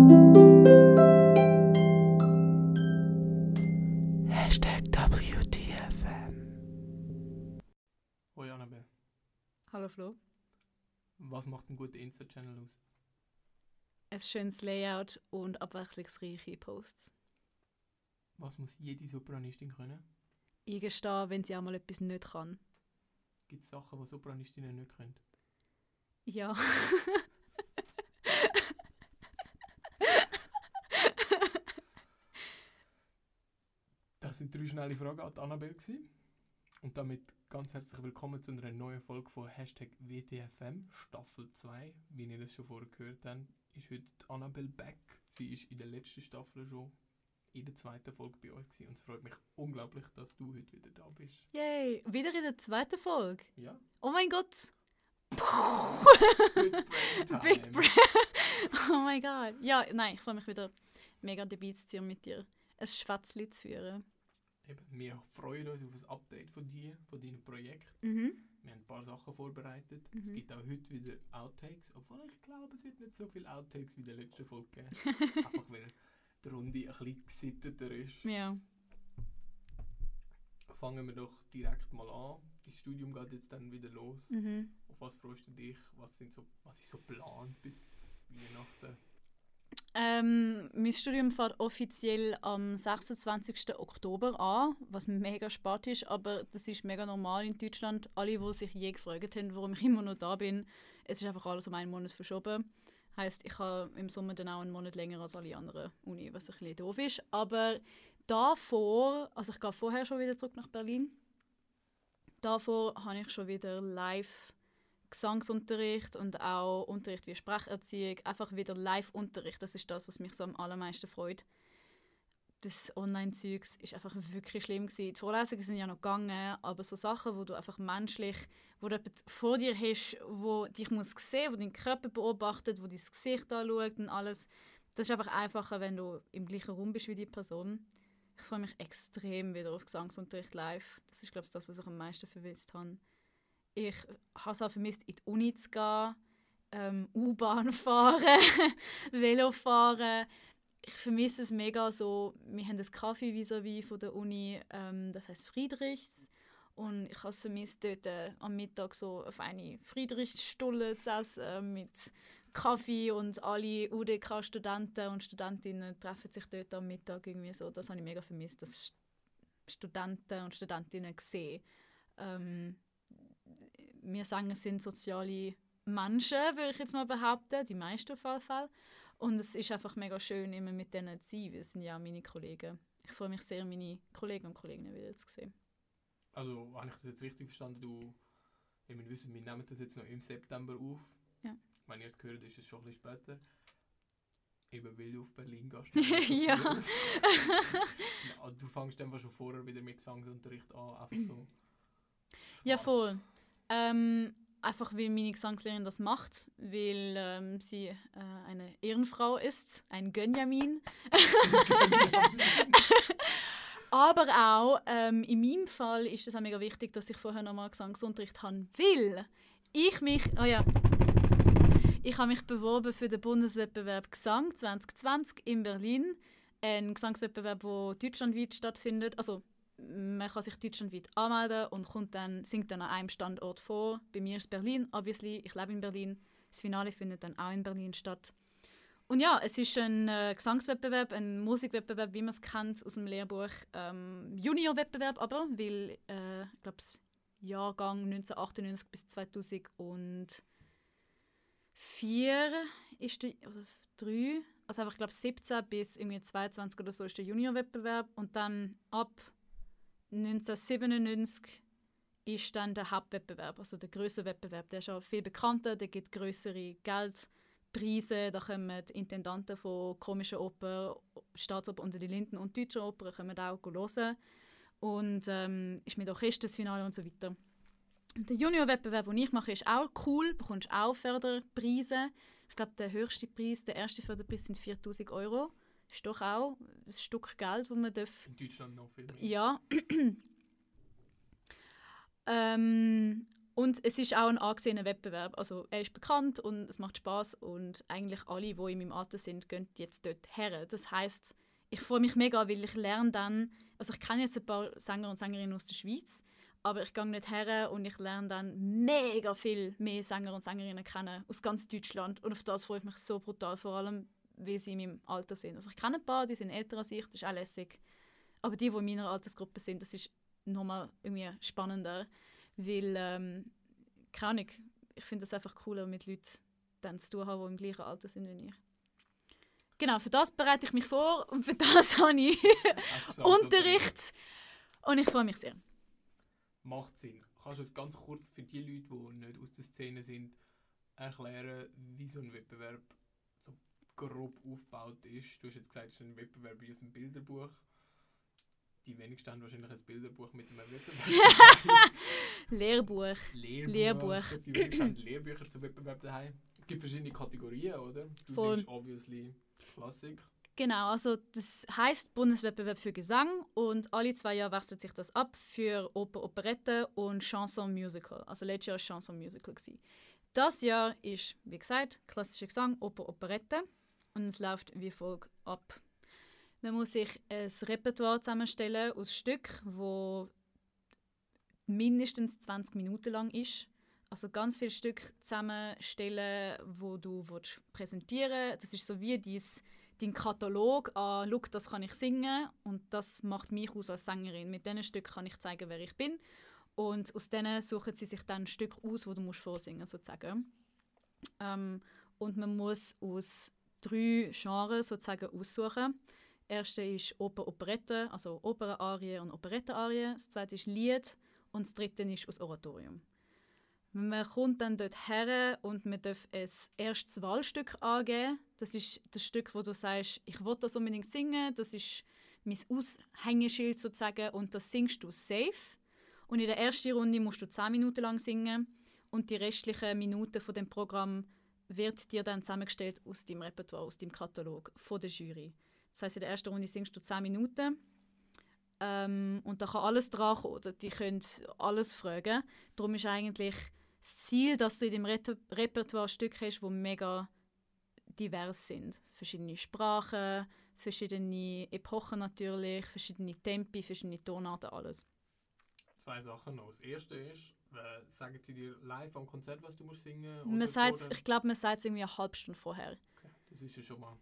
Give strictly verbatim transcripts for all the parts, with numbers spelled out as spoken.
Hashtag W T F M. Hoi Annabelle, Hallo Flo. was macht einen guten Insta-Channel aus? Ein schönes Layout und abwechslungsreiche Posts. Was muss jede Sopranistin können? Eingestehen, wenn sie auch mal etwas nicht kann. Gibt es Sachen, die Sopranistinnen nicht können? Ja. Das sind drei schnelle Fragen an die Annabelle gewesen. Und damit ganz herzlich willkommen zu einer neuen Folge von Hashtag W T F M, Staffel zwei. Wie ihr das schon vorher gehört habt, ist heute die Annabelle back. Sie ist in der letzten Staffel schon in der zweiten Folge bei uns gewesen. Und es freut mich unglaublich, dass du heute wieder da bist. Yay, wieder in der zweiten Folge. Ja? Oh mein Gott. Big Brain Time. Big Brain. Oh mein Gott. Ja, nein, ich freue mich wieder mega dabei zu sein und mit dir ein Schwätzchen zu führen. Eben, wir freuen uns auf ein Update von dir, von deinem Projekt. Mhm. Wir haben ein paar Sachen vorbereitet. Mhm. Es gibt auch heute wieder Outtakes, obwohl ich glaube, es wird nicht so viele Outtakes wie in der letzten Folge geben. Einfach weil die Runde ein bisschen gesitteter ist. Ja. Fangen wir doch direkt mal an. Das Studium geht jetzt dann wieder los. Mhm. Auf was freust du dich? Was, sind so, was ist so geplant bis Weihnachten? Ähm, mein Studium fängt offiziell am sechsundzwanzigsten Oktober an, was mega spät ist, aber das ist mega normal in Deutschland. Alle, die sich je gefragt haben, warum ich immer noch da bin, es ist einfach alles um einen Monat verschoben. Heisst, ich habe im Sommer dann auch einen Monat länger als alle anderen Uni, was ein bisschen doof ist. Aber davor, also ich gehe vorher schon wieder zurück nach Berlin, davor habe ich schon wieder live Gesangsunterricht und auch Unterricht wie Sprecherziehung, einfach wieder Live-Unterricht, das ist das, was mich so am allermeisten freut. Das Online-Zeugs ist einfach wirklich schlimm gewesen. Die Vorlesungen sind ja noch gegangen, aber so Sachen, wo du einfach menschlich, wo du jemanden vor dir hast, wo dich muss sehen, wo deinen Körper beobachtet, wo dein Gesicht anschaut und alles, das ist einfach einfacher, wenn du im gleichen Raum bist wie die Person. Ich freue mich extrem wieder auf Gesangsunterricht live. Das ist, glaube ich, das, was ich am meisten vermisst habe. Ich habe es auch vermisst, in die Uni zu gehen, ähm, U-Bahn fahren, Velo fahren. Ich vermisse es mega so. Wir haben einen Kaffee vis-à-vis von der Uni, ähm, das heisst Friedrichs. Und ich habe es vermisst, dort äh, am Mittag so auf eine Friedrichsstulle zu essen äh, mit Kaffee und alle U D K-Studenten und Studentinnen treffen sich dort am Mittag irgendwie so. Das habe ich mega vermisst, dass Studenten und Studentinnen sehen. Ähm, wir sagen, es sind soziale Menschen, würde ich jetzt mal behaupten, die meisten auf jeden Fall. Und es ist einfach mega schön, immer mit denen zu sein, weil es sind ja auch meine Kollegen. Ich freue mich sehr, meine Kollegen und Kolleginnen wieder zu sehen. Also, habe ich das jetzt richtig verstanden? Du, ihr müsst wissen, wir nehmen das jetzt noch im September auf. Ja. Wenn ihr es gehört, ist es schon ein bisschen später. Eben, weil du auf Berlin gehst. Ja. Ja. Du fängst einfach schon vorher wieder mit Gesangsunterricht an, einfach so. Ja, voll. Ähm, einfach weil meine Gesangslehrerin das macht, weil ähm, sie äh, eine Ehrenfrau ist, ein Gönjamin. Aber auch ähm, in meinem Fall ist es auch mega wichtig, dass ich vorher nochmal Gesangsunterricht habe, weil ich mich, oh ja, ich habe mich beworben für den Bundeswettbewerb Gesang zwanzig zwanzig in Berlin, ein Gesangswettbewerb, der deutschlandweit stattfindet. Also man kann sich deutschlandweit anmelden und kommt dann, singt dann an einem Standort vor. Bei mir ist Berlin, obviously. Ich lebe in Berlin. Das Finale findet dann auch in Berlin statt. Und ja, es ist ein äh, Gesangswettbewerb, ein Musikwettbewerb, wie man es kennt aus dem Lehrbuch. Ähm, Juniorwettbewerb aber, weil äh, ich glaube, das Jahrgang neunzehnhundertachtundneunzig bis zweitausendvier ist der, oder drei, also einfach, ich glaube siebzehn bis irgendwie zweiundzwanzig oder so ist der Juniorwettbewerb und dann ab neunzehnhundertsiebenundneunzig ist dann der Hauptwettbewerb, also der grössere Wettbewerb. Der ist auch viel bekannter, der gibt grössere Geldpreise, da kommen die Intendanten von Komischen Oper, Staatsoper unter die Linden und Deutscher Oper kommen auch hören. Und ähm, ist mit Orchesterfinale und so weiter. Und der Junior-Wettbewerb, den ich mache, ist auch cool, du bekommst auch Förderpreise. Ich glaube, der höchste Preis, der erste Förderpreis sind viertausend Euro. Das ist doch auch ein Stück Geld, das man darf. In Deutschland noch viel mehr. Ja. ähm, Und es ist auch ein angesehener Wettbewerb. Also er ist bekannt und es macht Spaß und eigentlich alle, die in meinem Alter sind, gehen jetzt dort her. Das heisst, ich freue mich mega, weil ich lerne dann, also ich kenne jetzt ein paar Sänger und Sängerinnen aus der Schweiz, aber ich gehe nicht her und ich lerne dann mega viel mehr Sänger und Sängerinnen kennen aus ganz Deutschland und auf das freue ich mich so brutal, vor allem, weil sie in meinem Alter sind. Also ich kenne ein paar, die sind älter als ich, das ist auch lässig. Aber die, die in meiner Altersgruppe sind, das ist nochmal irgendwie spannender. Weil, ähm, keine Ahnung, ich finde es einfach cooler, mit Leuten dann zu tun haben, die im gleichen Alter sind wie ich. Genau, für das bereite ich mich vor und für das habe ich Unterricht. Und ich freue mich sehr. Macht Sinn. Kannst du es ganz kurz für die Leute, die nicht aus der Szene sind, erklären, wie so ein Wettbewerb so grob aufgebaut ist? Du hast jetzt gesagt, es ist ein Wettbewerb wie aus einem Bilderbuch. Die wenigsten haben wahrscheinlich ein Bilderbuch mit einem Wettbewerb. Lehrbuch. Lehrbuch. Lehrbuch. Die wenigsten haben Lehrbücher zum Wettbewerb daheim. Es gibt verschiedene Kategorien, oder? Du Voll. singst obviously Klassik. Genau, also das heisst Bundeswettbewerb für Gesang und alle zwei Jahre wechselt sich das ab für Oper, Operette und Chanson Musical. Also letztes Jahr war Chanson Musical. Das Jahr ist, wie gesagt, klassischer Gesang, Oper, Operette und es läuft wie folgt ab. Man muss sich ein Repertoire zusammenstellen aus Stücken, wo mindestens zwanzig Minuten lang ist. Also ganz viele Stücke zusammenstellen, wo du präsentieren willst. Das ist so wie dein, dein Katalog an «Schau, das kann ich singen» und das macht mich aus als Sängerin. Mit diesen Stücken kann ich zeigen, wer ich bin. Und aus denen suchen sie sich dann ein Stück aus, das du musst vorsingen sozusagen. Ähm, und man muss aus drei Genres sozusagen aussuchen. Das erste ist Oper, Operette, also Operarie und Operettearie. Das zweite ist Lied und das dritte ist aus Oratorium. Man kommt dann dort her und man darf ein erstes Wahlstück angeben. Das ist das Stück, wo du sagst, ich will das unbedingt singen. Das ist mein Aushängeschild sozusagen und das singst du safe. Und in der ersten Runde musst du zehn Minuten lang singen und die restlichen Minuten von dem Programm wird dir dann zusammengestellt aus deinem Repertoire, aus deinem Katalog, von der Jury. Das heisst, in der ersten Runde singst du zehn Minuten ähm, und da kann alles dran kommen. Die können alles fragen. Darum ist eigentlich das Ziel, dass du in deinem Re- Repertoire Stücke hast, die mega divers sind. Verschiedene Sprachen, verschiedene Epochen natürlich, verschiedene Tempi, verschiedene Tonarten, alles. Zwei Sachen noch. Das erste ist, äh, sagen sie dir live am Konzert, was du musst singen? Man sagt's, ich glaube, man sagt es irgendwie eine halbe Stunde vorher. Okay, das ist ja schon mal...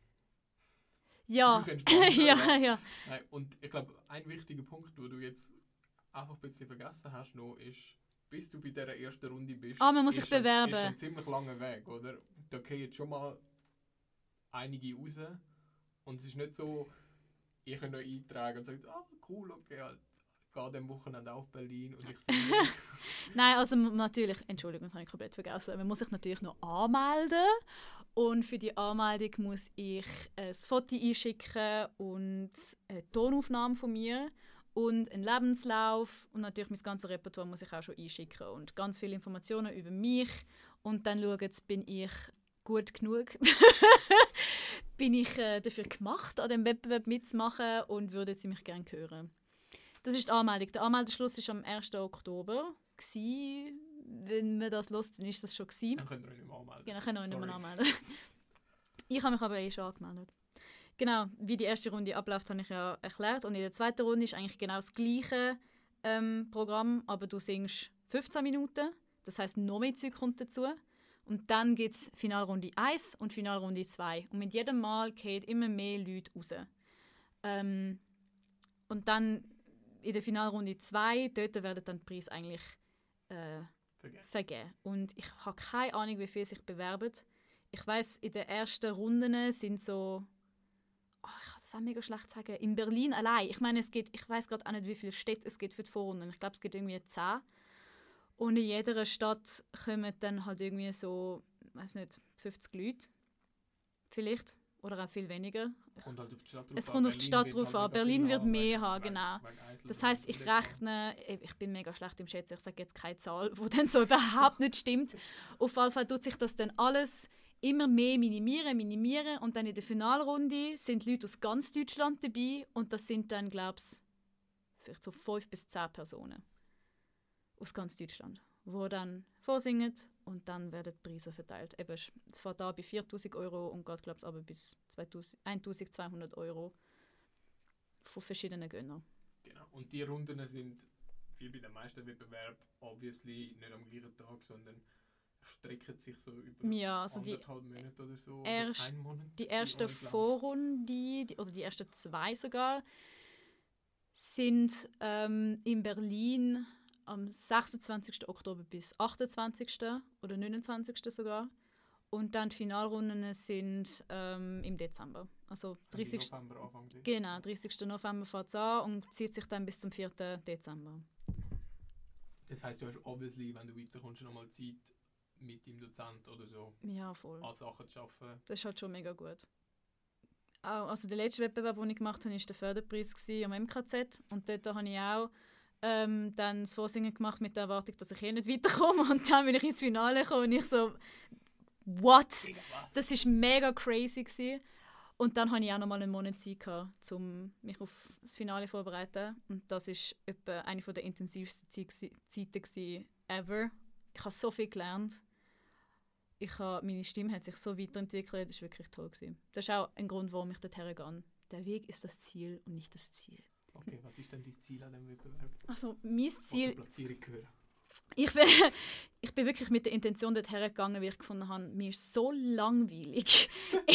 Ja, ja, ja. Nein, und ich glaube, ein wichtiger Punkt, den du jetzt einfach ein bisschen vergessen hast, noch, ist, bis du bei dieser ersten Runde bist, Ah, man muss ist sich bewerben. Ein, ist ein ziemlich langer Weg, oder? Da gehen jetzt schon mal einige raus und es ist nicht so, ich kann noch eintragen und sagen, ah, cool, okay, halt, gehe am Wochenende auf Berlin und ich singe. Nein, also natürlich, Entschuldigung, das habe ich komplett vergessen. Man muss sich natürlich noch anmelden. Und für die Anmeldung muss ich ein Foto einschicken und eine Tonaufnahme von mir und einen Lebenslauf. Und natürlich mein ganzes Repertoire muss ich auch schon einschicken. Und ganz viele Informationen über mich. Und dann schauen, jetzt bin ich gut genug. bin ich äh, dafür gemacht, an dem Wettbewerb mitzumachen und würden sie mich gerne hören. Das ist die Anmeldung. Der Anmeldeschluss war am ersten Oktober. Gewesen. Wenn man das hört, dann ist das schon gewesen. Dann könnt ihr euch nicht mehr anmelden. Genau, könnt ihr euch nicht mehr anmelden. Ich habe mich aber eh schon angemeldet. Genau, wie die erste Runde abläuft, habe ich ja erklärt. Und in der zweiten Runde ist eigentlich genau das gleiche ähm, Programm, aber du singst fünfzehn Minuten. Das heisst, noch mehr Zeug kommt dazu. Und dann gibt es Finalrunde eins und Finalrunde zwei. Und mit jedem Mal gehen immer mehr Leute raus. Ähm, und dann in der Finalrunde zwei, dort werden dann die Preise eigentlich äh, Vergeben. vergeben. Und ich habe keine Ahnung, wie viele sich bewerben. Ich weiss, in den ersten Runden sind so, oh, ich kann das auch mega schlecht sagen, in Berlin allein. Ich meine, es gibt, ich weiss gerade auch nicht, wie viele Städte es gibt für die Vorrunden. Ich glaube, es gibt irgendwie zehn. Und in jeder Stadt kommen dann halt irgendwie so, weiß nicht, fünfzig Leute. Vielleicht. Oder auch viel weniger. Kommt halt auf die Stadt drauf Es an. kommt auf die Berlin Stadt wird drauf halt an. mega Berlin viel wird haben, mehr wegen- haben, wegen- genau. wegen Eisler Das und heisst, ich Lippen. rechne, ich bin mega schlecht im Schätzen, ich sage jetzt keine Zahl, die dann so überhaupt nicht stimmt. Auf jeden Fall tut sich das dann alles immer mehr minimieren, minimieren und dann in der Finalrunde sind Leute aus ganz Deutschland dabei und das sind dann, glaube ich, vielleicht so fünf bis zehn Personen aus ganz Deutschland, die dann vorsingen und dann werden die Preise verteilt. Eben, es fängt an bei viertausend Euro und geht, glaube ich, aber bis eintausendzweihundert Euro von verschiedenen Gönnern. Genau. Und die Runden sind, wie bei den meisten Wettbewerben, obviously nicht am gleichen Tag, sondern strecken sich so über ja, also anderthalb Monate oder so. Erst, oder einen Monat. Die erste Vorrunde, die, oder die ersten zwei sogar, sind ähm, in Berlin am sechsundzwanzigsten Oktober bis achtundzwanzigsten oder neunundzwanzigsten sogar. Und dann die Finalrunden sind ähm, im Dezember. Also dreißigsten November, Anfang Dezember. Genau, dreißigsten November fängt es an und zieht sich dann bis zum vierten Dezember. Das heisst, du hast obviously, wenn du weiterkommst, noch mal Zeit mit dem Dozent oder so Ja, voll. an Sachen zu arbeiten. Das ist halt schon mega gut. Auch, also der letzte Wettbewerb, den ich gemacht habe, war der Förderpreis am M K Z. Und dort habe ich auch ähm, dann das Vorsingen gemacht mit der Erwartung, dass ich eh nicht weiterkomme. Und dann bin ich ins Finale gekommen und ich so, what? Das war mega crazy gewesen. Und dann hatte ich auch noch mal einen Monat Zeit gehabt, um mich auf das Finale vorzubereiten. Und das war etwa eine der intensivsten Zeiten ever. Ich habe so viel gelernt. Ich habe, meine Stimme hat sich so weiterentwickelt, das war wirklich toll gewesen. Das ist auch ein Grund, warum ich dorthin gehe. Der Weg ist das Ziel und nicht das Ziel. Okay, was ist denn dein Ziel an diesem Wettbewerb? Also, mein Ziel... Platzierung hören. Ich bin, ich bin wirklich mit der Intention dorthin gegangen, wie ich gefunden habe, mir ist so langweilig.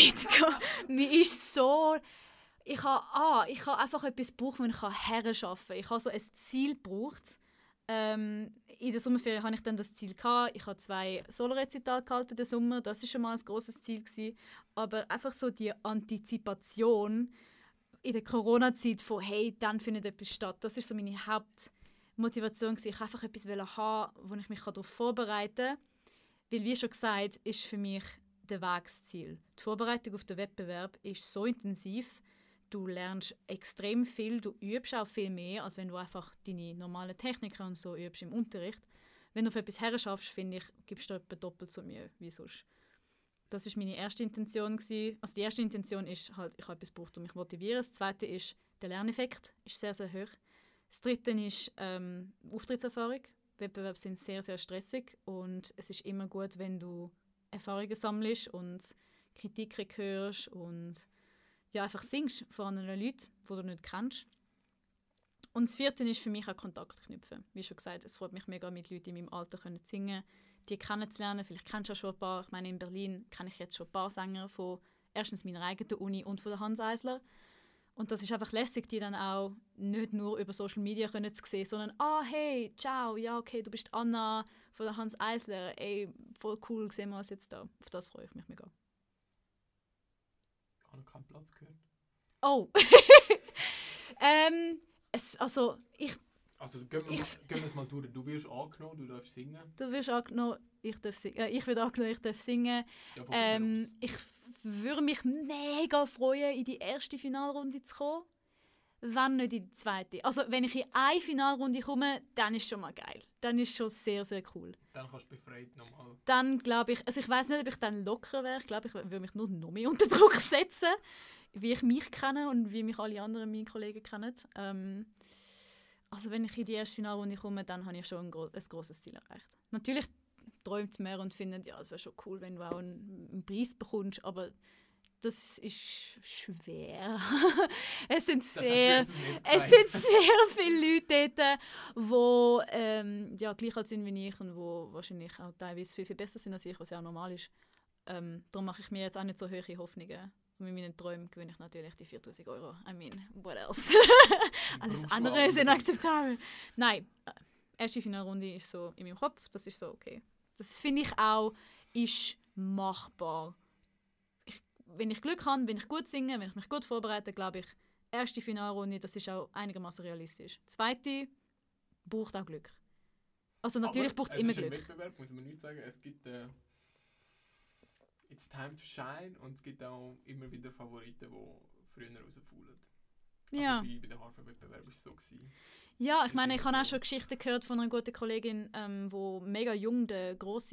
Mir ist so... Ich habe, ah, ich habe einfach etwas gebraucht, wo ich herarbeiten kann. Ich habe so ein Ziel gebraucht. Ähm, in der Sommerferien hatte ich dann das Ziel gehabt. Ich habe zwei Solo-Rezitale gehalten den Sommer. Das war schon mal ein grosses Ziel gewesen. Aber einfach so die Antizipation in der Corona-Zeit von «Hey, dann findet etwas statt». Das ist so meine Hauptmotivation gewesen. Ich wollte einfach etwas haben, wo ich mich darauf vorbereiten kann. Weil, wie schon gesagt, ist für mich der Weg das Ziel. Die Vorbereitung auf den Wettbewerb ist so intensiv. Du lernst extrem viel, du übst auch viel mehr, als wenn du einfach deine normalen Techniken und so übst im Unterricht. Wenn du auf etwas herschaffst, finde ich, gibst du etwa doppelt so Mühe wie sonst. Das war meine erste Intention gewesen. Also die erste Intention ist halt, ich habe etwas gebraucht, um mich zu motivieren. Das zweite ist, der Lerneffekt ist sehr, sehr hoch. Das dritte ist ähm, Auftrittserfahrung. Wettbewerbe sind sehr, sehr stressig und es ist immer gut, wenn du Erfahrungen sammelst und Kritiken hörst und ja, einfach singst vor anderen Leuten, die du nicht kennst. Und das vierte ist für mich auch Kontakt knüpfen. Wie schon gesagt, es freut mich mega, mit Leuten in meinem Alter zu singen, die kennenzulernen. Vielleicht kennst du auch schon ein paar. Ich meine, in Berlin kenne ich jetzt schon ein paar Sänger von erstens meiner eigenen Uni und von der Hans Eisler. Und das ist einfach lässig, die dann auch nicht nur über Social Media können zu sehen, sondern «Ah, hey, ciao, ja, okay, du bist Anna von der Hans Eisler. Ey, voll cool, sehen wir uns jetzt da.» Auf das freue ich mich mega. Ich habe noch keinen Platz gehört. Oh! ähm, es, also, ich... Also gehen wir, ich, gehen wir es mal durch. Du wirst angenommen, du darfst singen. Du wirst angenommen, ich darf singen. Äh, ich werde angenommen, ich darf singen. Ja, ähm, ich würde mich mega freuen, in die erste Finalrunde zu kommen. Wenn nicht in die zweite. Also wenn ich in eine Finalrunde komme, dann ist schon mal geil. Dann ist schon sehr, sehr cool. Dann kannst du befreit nochmal. Dann glaube ich, also ich weiß nicht, ob ich dann lockerer wäre. Ich glaube, ich würde mich nur noch mehr unter Druck setzen, wie ich mich kenne und wie mich alle anderen meine Kollegen kennen. Ähm, also wenn ich in die erste Finalrunde komme, dann habe ich schon ein, gro- ein grosses Ziel erreicht. Natürlich träumt mehr und findet, ja, es wäre schon cool, wenn du auch einen, einen Preis bekommst, aber das ist schwer. es sind sehr, es sind sehr viele Leute dort, die ähm, ja, gleich alt sind wie ich und die wahrscheinlich auch teilweise viel, viel besser sind als ich, was ja auch normal ist. Ähm, darum mache ich mir jetzt auch nicht so hohe Hoffnungen. Und mit meinen Träumen gewinne ich natürlich die viertausend Euro. I mean, what else? Alles andere ist inakzeptabel. Nein, äh, erste Finalrunde ist so in meinem Kopf, das ist so okay. Das finde ich auch, ist machbar. Ich, wenn ich Glück habe, wenn ich gut singe, wenn ich mich gut vorbereite, glaube ich, erste Finalrunde, das ist auch einigermaßen realistisch. Zweite braucht auch Glück. Also natürlich braucht es immer Glück. Es ist ein Wettbewerb, muss man nicht sagen. Es gibt äh, It's time to shine und es gibt auch immer wieder Favoriten, die früher rausfallen. Ja. Also bei, bei den Harfe-Wettbewerben war es so gewesen. Ja, ich Das meine, ist ich habe immer auch so. schon Geschichten gehört von einer guten Kollegin, ähm, wo mega jung der grosse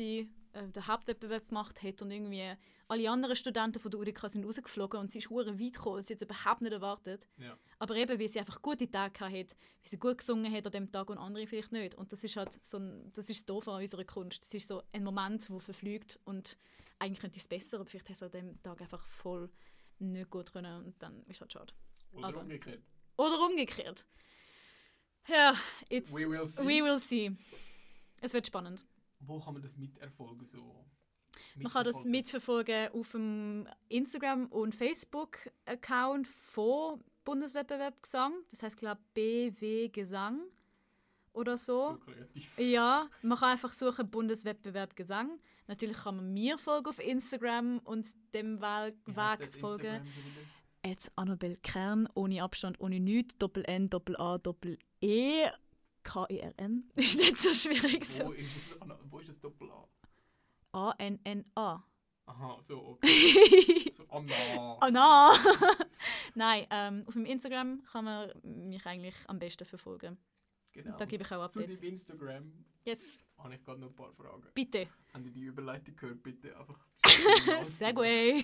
äh, den Hauptwettbewerb gemacht hat und irgendwie alle anderen Studenten von der U D K sind rausgeflogen und sie ist hure weit gekommen, sie hat es überhaupt nicht erwartet. Ja. Aber eben, weil sie einfach gute Tage hatte, wie sie gut gesungen hat an dem Tag und andere vielleicht nicht. Und das ist halt so ein, das ist das Doofe an unserer Kunst. Das ist so ein Moment, der verfliegt und eigentlich könnte ich es besser, aber vielleicht hast du an dem Tag einfach voll nicht gut können und dann ist es halt schade. Oder Aber- umgekehrt. Oder umgekehrt. Ja, it's, We will see. we will see. Es wird spannend. Wo kann man das miterfolgen? So Man kann das mitverfolgen? mitverfolgen auf dem Instagram- und Facebook-Account von Bundeswettbewerb Gesang. Das heisst, glaube ich, B W Gesang oder so. So kreativ. Ja, man kann einfach suchen Bundeswettbewerb Gesang. Natürlich kann man mir folgen auf Instagram und dem Weg, Wie heisst Weg das folgen. Instagram schon wieder? Jetzt Annabel Kern, ohne Abstand, ohne nichts, Doppel N, Doppel A, Doppel E, K E R N. Ist nicht so schwierig so. Wo ist das, Anna, wo ist das Doppel-A? A N N A. Aha, so, okay. So, Anna. Anna! Nein, ähm, auf meinem Instagram kann man mich eigentlich am besten verfolgen. Genau. Da gebe ich auch Zu Updates. deinem Instagram Yes, habe ich gerade noch ein paar Fragen. bitte. Haben die die Überleitung gehört? Bitte einfach. Segway.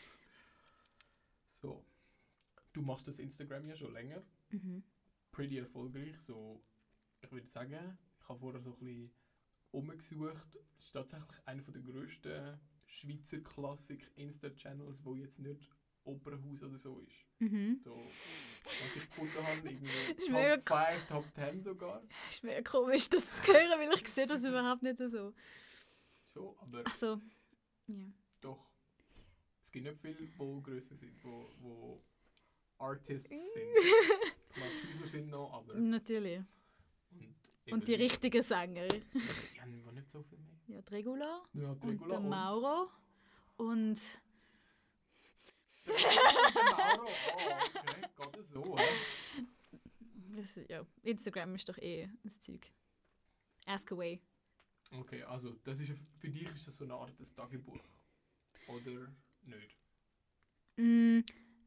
So. Du machst das Instagram ja schon länger. Mhm. Pretty erfolgreich. So, ich würde sagen, ich habe vorher so ein bisschen umgesucht. Es ist tatsächlich einer der grössten Schweizer Klassik-Insta-Channels, wo jetzt nicht Opernhaus oder so ist. Mhm. So, was ich gefunden habe, irgendwie ist mega Top fünf, Top zehn sogar. Ist mir komisch, das zu hören, weil ich sehe das überhaupt nicht so. Schon, aber Also, ja. doch. Es gibt nicht viele, die grösser sind, wo, wo Artists sind. Klar, die Häuser sind noch, aber... Natürlich. Und, eben Und die die- richtigen Sänger. Die haben wir nicht so viel mehr. Ja, die Regula Ja, die und Regula der Mauro. Und Der Mauro, oh, okay, geht das so, hä? das, ja, Instagram ist doch eh das Zeug. Ask away. Okay, also das ist, für dich ist das so eine Art des Tagebuch. Oder nicht? Mm.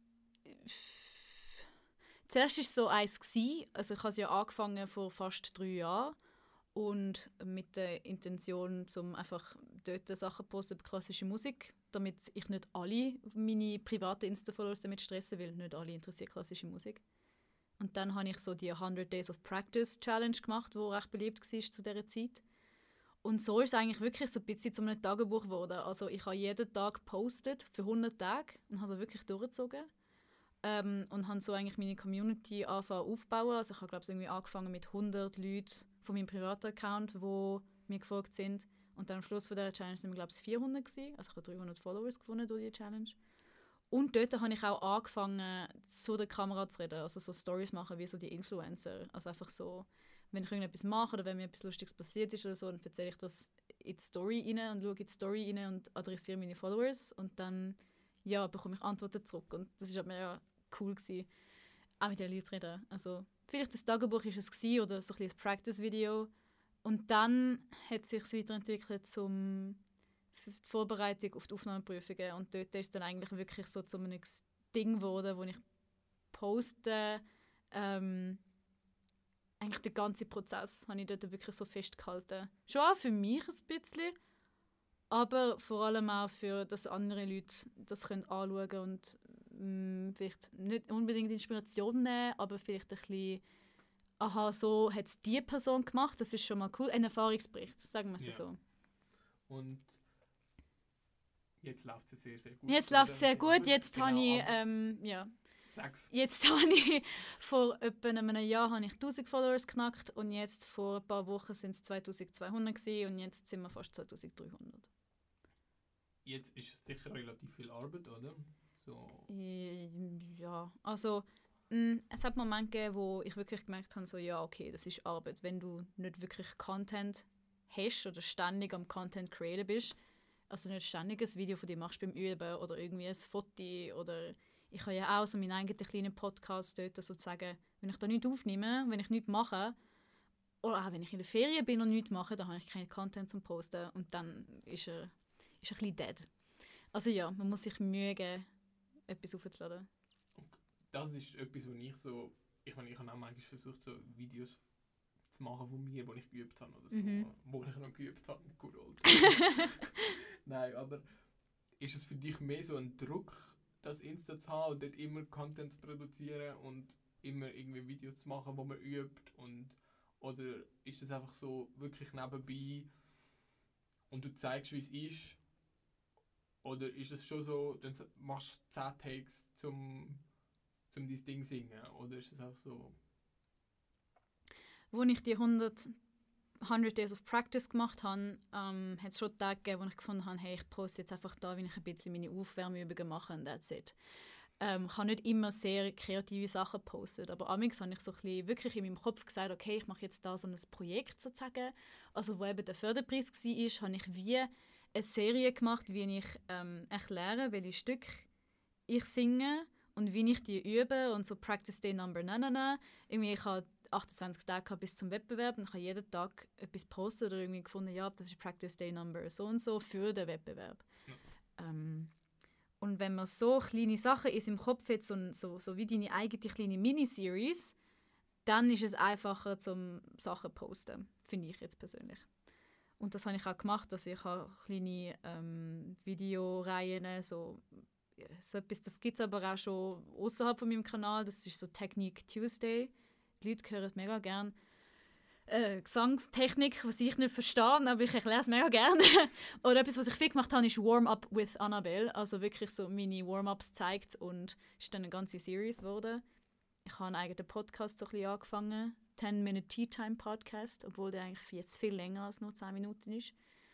Zuerst war es so eins. Gewesen. Also ich habe es ja angefangen vor fast drei Jahren. Und mit der Intention, um einfach dort Sachen zu posten über klassische Musik, damit ich nicht alle meine privaten Insta-Followers damit stressen will. Nicht alle interessieren klassische Musik. Und dann habe ich so die hundred Days of Practice Challenge gemacht, die recht beliebt war zu dieser Zeit. Und so ist es eigentlich wirklich so ein bisschen zu einem Tagebuch geworden. Also ich habe jeden Tag gepostet für hundert Tage und habe es wirklich durchgezogen. Ähm, und habe so eigentlich meine Community angefangen aufzubauen. Also ich habe glaube ich irgendwie angefangen mit hundert Leuten von meinem privaten Account, die mir gefolgt sind. Und dann am Schluss von dieser Challenge sind wir glaube ich vierhundert gewesen. Also ich habe dreihundert Followers gewonnen durch die Challenge. Und dort habe ich auch angefangen, zu der Kamera zu reden. Also so Stories machen wie so die Influencer. Also einfach so, wenn ich irgendetwas mache oder wenn mir etwas Lustiges passiert ist oder so, dann erzähle ich das in die Story rein und schaue in die Story rein und adressiere meine Followers. Und dann ja, bekomme ich Antworten zurück. Und das war mega cool gewesen, auch mit den Leuten zu reden. Also vielleicht das Tagebuch war es gewesen, oder so ein bisschen ein Practice-Video. Und dann hat es sich weiterentwickelt zum die Vorbereitung auf die Aufnahmeprüfungen. Und dort ist es dann eigentlich wirklich so zu einem Ding geworden, wo ich poste, ähm, eigentlich den ganzen Prozess habe ich dort wirklich so festgehalten. Schon auch für mich ein bisschen, aber vor allem auch für, dass andere Leute das können anschauen und mh, vielleicht nicht unbedingt Inspiration nehmen, aber vielleicht ein bisschen, aha, so hat es diese Person gemacht, das ist schon mal cool. Ein Erfahrungsbericht, sagen wir es Ja. so. Und jetzt läuft es sehr, sehr gut. Jetzt oder? läuft es sehr So, gut, jetzt genau, habe ich, aber ähm, ja, Sag's. jetzt habe ich, vor etwa einem Jahr habe ich tausend Followers geknackt und jetzt vor ein paar Wochen sind es zweitausendzweihundert gewesen und jetzt sind wir fast zweitausenddreihundert. Jetzt ist es sicher relativ viel Arbeit, oder? So. Äh, Ja, also mh, es hat Momente gegeben, wo ich wirklich gemerkt habe, so, ja, okay, das ist Arbeit. Wenn du nicht wirklich Content hast oder ständig am Content createn bist, also nicht ständig ein Video von dir machst beim Üben oder irgendwie ein Foto oder ich habe ja auch so meinen eigenen kleinen Podcast dort sozusagen, wenn ich da nichts aufnehme, wenn ich nichts mache oder auch wenn ich in der Ferien bin und nichts mache, dann habe ich keinen Content zum Posten und dann ist er, ist er ein bisschen dead. Also ja, man muss sich Mühe geben, etwas aufzuladen. Das ist etwas, wo ich so... Ich meine, ich habe auch manchmal versucht, so Videos zu zu machen von mir, wo ich geübt habe oder so. Mhm. Wo ich noch geübt habe, good old days. Nein, aber ist es für dich mehr so ein Druck, das Insta zu haben und dort immer Content zu produzieren und immer irgendwie Videos zu machen, wo man übt? Und, oder ist es einfach so wirklich nebenbei und du zeigst, wie es ist? Oder ist es schon so, dann machst du zehn Takes zum, zum dein Ding singen? Oder ist es einfach so... Als ich die hundert, hundert Days of Practice gemacht habe, ähm, hat es schon Tage gegeben, wo ich gefunden habe, hey, ich poste jetzt einfach da, wie ich ein bisschen meine Aufwärmübungen mache und that's it. Ähm, ich habe nicht immer sehr kreative Sachen gepostet, aber amigs habe ich so ein bisschen wirklich in meinem Kopf gesagt, okay, ich mache jetzt da so ein Projekt sozusagen. Also wo eben der Förderpreis war, habe ich wie eine Serie gemacht, wie ich ähm, erkläre, welche Stücke ich singe und wie ich die übe und so Practice Day Number na na na. Irgendwie, ich habe achtundzwanzig Tage bis zum Wettbewerb und ich habe jeden Tag etwas gepostet oder irgendwie gefunden, ja, das ist Practice Day Number so und so für den Wettbewerb. Ja. Ähm, und wenn man so kleine Sachen ist im Kopf hat, so, so, so wie deine eigene kleine Miniseries, dann ist es einfacher zum Sachen posten, finde ich jetzt persönlich. Und das habe ich auch gemacht, dass ich habe kleine ähm, Videoreihen, so, so etwas, das gibt es aber auch schon außerhalb von meinem Kanal, das ist so Technique Tuesday. Die Leute hören mega gerne äh, Gesangstechnik, was ich nicht verstehe, aber ich erkläre es mega gerne. Oder etwas, was ich viel gemacht habe, ist Warm-Up with Annabelle. Also wirklich so meine Warm-Ups zeigt und ist dann eine ganze Series geworden. Ich habe einen eigenen Podcast so ein bisschen angefangen, ten minute Tea Time Podcast, obwohl der eigentlich jetzt viel länger als nur zehn Minuten ist.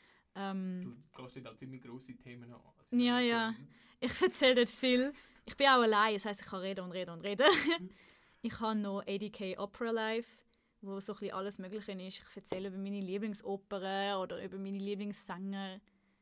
Ähm, du gehst dort auch ziemlich grosse Themen an. Also ja, ja. So ich erzähle dort viel. Ich bin auch allein, das heisst, ich kann reden und reden und reden. Ich habe noch A D K Opera Live, wo so ein bisschen alles Mögliche ist. Ich erzähle über meine Lieblingsopern oder über meine Lieblingssänger.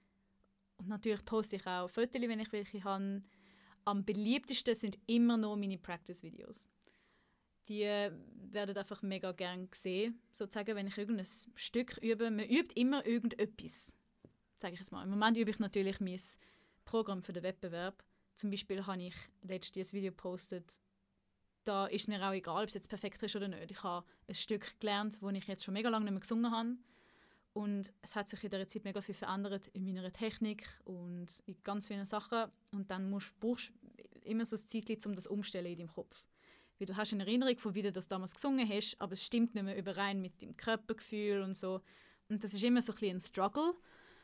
Und natürlich poste ich auch Fotos, wenn ich welche habe. Am beliebtesten sind immer noch meine Practice-Videos. Die werden einfach mega gerne gesehen, sozusagen, wenn ich irgendein Stück übe. Man übt immer irgendetwas, sage ich jetzt mal. Im Moment übe ich natürlich mein Programm für den Wettbewerb. Zum Beispiel habe ich letztes Video gepostet, da ist mir auch egal, ob es jetzt perfekt ist oder nicht. Ich habe ein Stück gelernt, das ich jetzt schon mega lange nicht mehr gesungen habe. Und es hat sich in dieser Zeit mega viel verändert in meiner Technik und in ganz vielen Sachen. Und dann musst, brauchst du immer so ein Zeit, um das umzustellen in deinem Kopf. Weil du hast eine Erinnerung von wie du das damals gesungen hast, aber es stimmt nicht mehr überein mit deinem Körpergefühl und so. Und das ist immer so ein bisschen ein Struggle.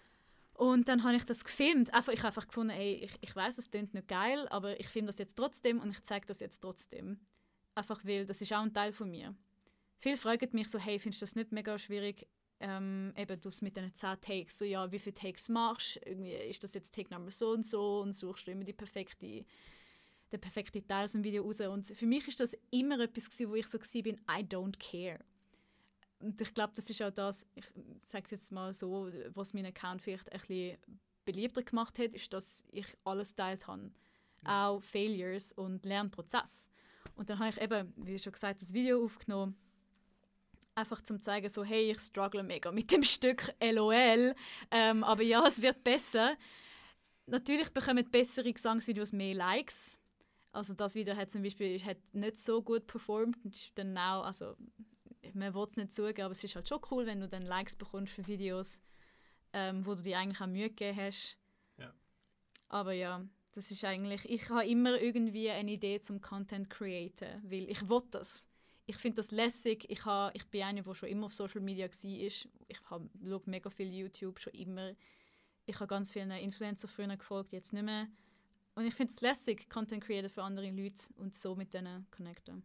Und dann habe ich das gefilmt. Einfach, ich habe einfach gefunden, ey, ich, ich weiss, es klingt nicht geil, aber ich filme das jetzt trotzdem und ich zeige das jetzt trotzdem. Einfach weil, das ist auch ein Teil von mir. Viele fragen mich so, hey, findest du das nicht mega schwierig, ähm, eben du mit diesen zehn Takes, so ja, wie viele Takes machst du? Irgendwie ist das jetzt Take Number so und so und suchst du immer die perfekte, den perfekten Teil aus dem Video raus. Und für mich ist das immer etwas gewesen, wo ich so war, I don't care. Und ich glaube, das ist auch das, ich sage jetzt mal so, was meinen Account vielleicht ein bisschen beliebter gemacht hat, ist, dass ich alles geteilt habe. Ja. Auch Failures und Lernprozess. Und dann habe ich eben, wie schon gesagt, das Video aufgenommen, einfach zum zeigen, so, hey, ich struggle mega mit dem Stück, lol, ähm, aber ja, es wird besser. Natürlich bekommen bessere Gesangsvideos mehr Likes. Also das Video hat zum Beispiel hat nicht so gut performt und ist dann auch, also man will es nicht zugeben, aber es ist halt schon cool, wenn du dann Likes bekommst für Videos, ähm, wo du dir eigentlich auch Mühe gegeben hast. Ja. Aber ja, das ist eigentlich, ich habe immer irgendwie eine Idee zum Content createn, weil ich will das. Ich finde das lässig. Ich, habe, ich bin eine, die schon immer auf Social Media war. Ich habe, schaue mega viel YouTube, schon immer. Ich habe ganz vielen Influencer früher gefolgt, jetzt nicht mehr. Und ich finde es lässig, Content createn für andere Leute und so mit denen connecten.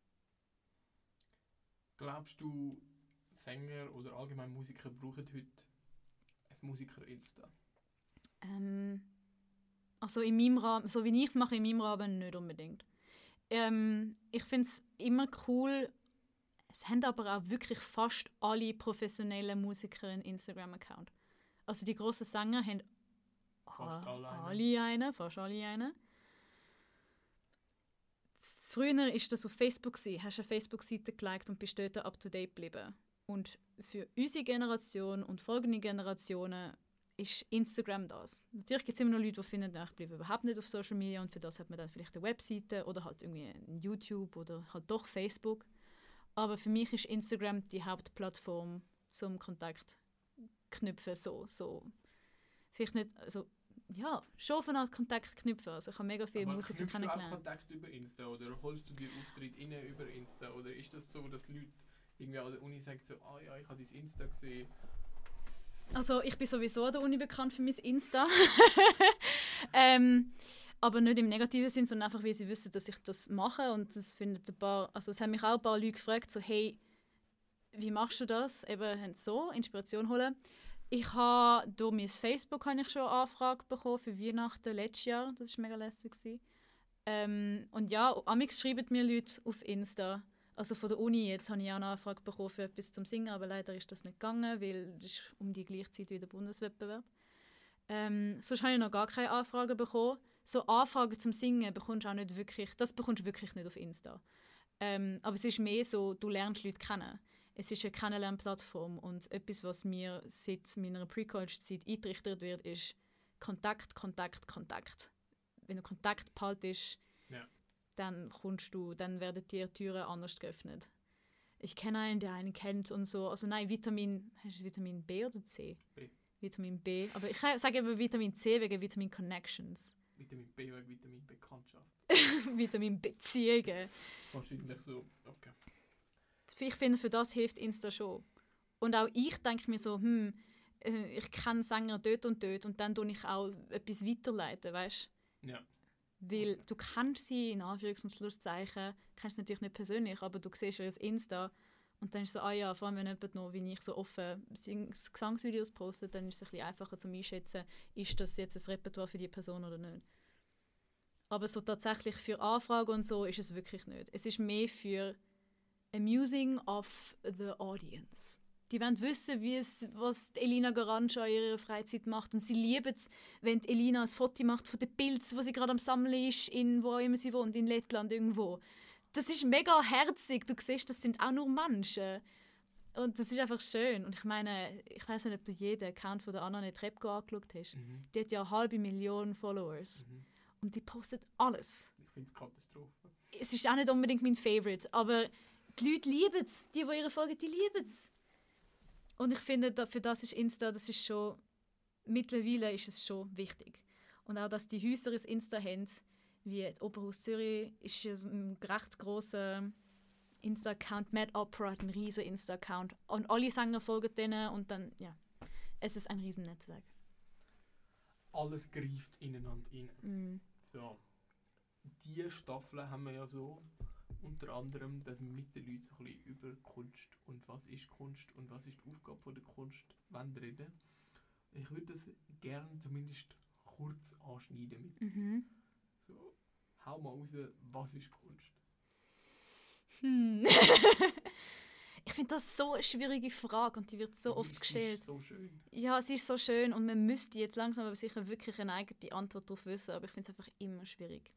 Glaubst du, Sänger oder allgemein Musiker brauchen heute ein Musiker-Insta? Ähm, also in meinem Rahmen, so wie ich es mache, in meinem Rahmen nicht unbedingt. Ähm, ich finde es immer cool, es haben aber auch wirklich fast alle professionellen Musiker einen Instagram-Account. Also die grossen Sänger haben fast alle, alle einen, fast alle einen. Früher war das auf Facebook. Du hast eine Facebook-Seite geliked und bist dort up-to-date geblieben. Und für unsere Generation und folgende Generationen ist Instagram das. Natürlich gibt es immer noch Leute, die finden, ich bleibe überhaupt nicht auf Social Media und für das hat man dann vielleicht eine Webseite oder halt irgendwie ein YouTube oder halt doch Facebook. Aber für mich ist Instagram die Hauptplattform zum Kontakt knüpfen. So, so. Vielleicht nicht, also, ja, schon von als Kontakt knüpfen. Also ich habe mega viele Aber Musiker knüpfst du auch kennengelernt. Kontakt über Insta oder holst du dir Auftritt innen über Insta? Oder ist das so, dass Leute irgendwie an der Uni sagen so, ah ja, ich habe dein Insta gesehen. Also ich bin sowieso an der Uni bekannt für mein Insta. ähm, aber nicht im negativen Sinn, sondern einfach, weil sie wissen, dass ich das mache. Und das findet ein paar, also es haben mich auch ein paar Leute gefragt, so hey, wie machst du das? Eben haben so Inspiration holen. Ich habe durch mein Facebook habe ich schon eine Anfrage bekommen für Weihnachten letztes Jahr. Das war mega lässig. Ähm, und ja, amix schreiben mir Leute auf Insta. Also von der Uni jetzt habe ich auch eine Anfrage bekommen für etwas zum Singen, aber leider ist das nicht gegangen, weil das ist um die gleiche Zeit wie der Bundeswettbewerb. Ähm, sonst habe ich noch gar keine Anfragen bekommen. So Anfragen zum Singen bekommst du auch nicht wirklich, das bekommst du wirklich nicht auf Insta. Ähm, aber es ist mehr so, du lernst Leute kennen. Es ist eine Kennenlernplattform und etwas, was mir seit meiner Pre-College-Zeit eingerichtet wird, ist Kontakt, Kontakt, Kontakt. Wenn du Kontakt behaltest, Ja. dann kommst du, dann werden dir Türen anders geöffnet. Ich kenne einen, der einen kennt und so. Also nein, Vitamin, hast du Vitamin B oder C? B. Vitamin B. Aber ich sage eben Vitamin C wegen Vitamin Connections. Vitamin B wegen Vitamin Bekanntschaft. Vitamin Beziehungen. Wahrscheinlich so, okay. Ich finde, für das hilft Insta schon. Und auch ich denke mir so, hm, äh, ich kenne Sänger dort und dort und dann tue ich auch etwas weiterleiten, weißt du? Ja. Weil Okay. du kennst sie, in Anführungs- und Schlusszeichen, kennst sie natürlich nicht persönlich, aber du siehst ihr Insta und dann ist so, ah ja, vor allem wenn jemand noch, wie ich, so offen Sing- Gesangsvideos postet, dann ist es ein bisschen einfacher zum Einschätzen, ist das jetzt ein Repertoire für die Person oder nicht. Aber so tatsächlich für Anfragen und so ist es wirklich nicht. Es ist mehr für amusing of the audience. Die wollen wissen, wie es, was die Elina Garanca in ihrer Freizeit macht. Und sie lieben es, wenn die Elina ein Foto macht von den Pilzen, wo sie gerade am Sammeln ist, in wo auch immer sie wohnt, in Lettland irgendwo. Das ist mega herzig. Du siehst, das sind auch nur Menschen. Und das ist einfach schön. Und ich meine, ich weiß nicht, ob du jeden Account von der Anna Trebko angeschaut hast. Mhm. Die hat ja eine halbe Million Followers. Mhm. Und die postet alles. Ich finde es Katastrophe. Es ist auch nicht unbedingt mein Favorite, aber die Leute lieben es. Die, die ihre folgen, die lieben es. Und ich finde, da- für das ist Insta, das ist schon, mittlerweile ist es schon wichtig. Und auch, dass die Häuser ein Insta haben, wie das Oberhaus Zürich, ist ja so ein recht grosser Insta-Account. Mad Opera hat einen riesen Insta-Account. Und alle Sänger folgen denen und dann, ja, es ist ein riesen Netzwerk. Alles greift ineinander rein. Mm. So. Diese Staffeln haben wir ja so, unter anderem, dass wir mit den Leuten so ein bisschen über Kunst und was ist Kunst und was ist die Aufgabe von der Kunst wollen reden. Ich würde das gerne zumindest kurz anschneiden mit Mhm. so, hau mal raus, was ist Kunst? Hm. Ich finde das so eine schwierige Frage und die wird so Aber oft es gestellt. ist so schön. Ja, es ist so schön und man müsste jetzt langsam aber sicher wirklich eine eigene Antwort darauf wissen, aber ich finde es einfach immer schwierig.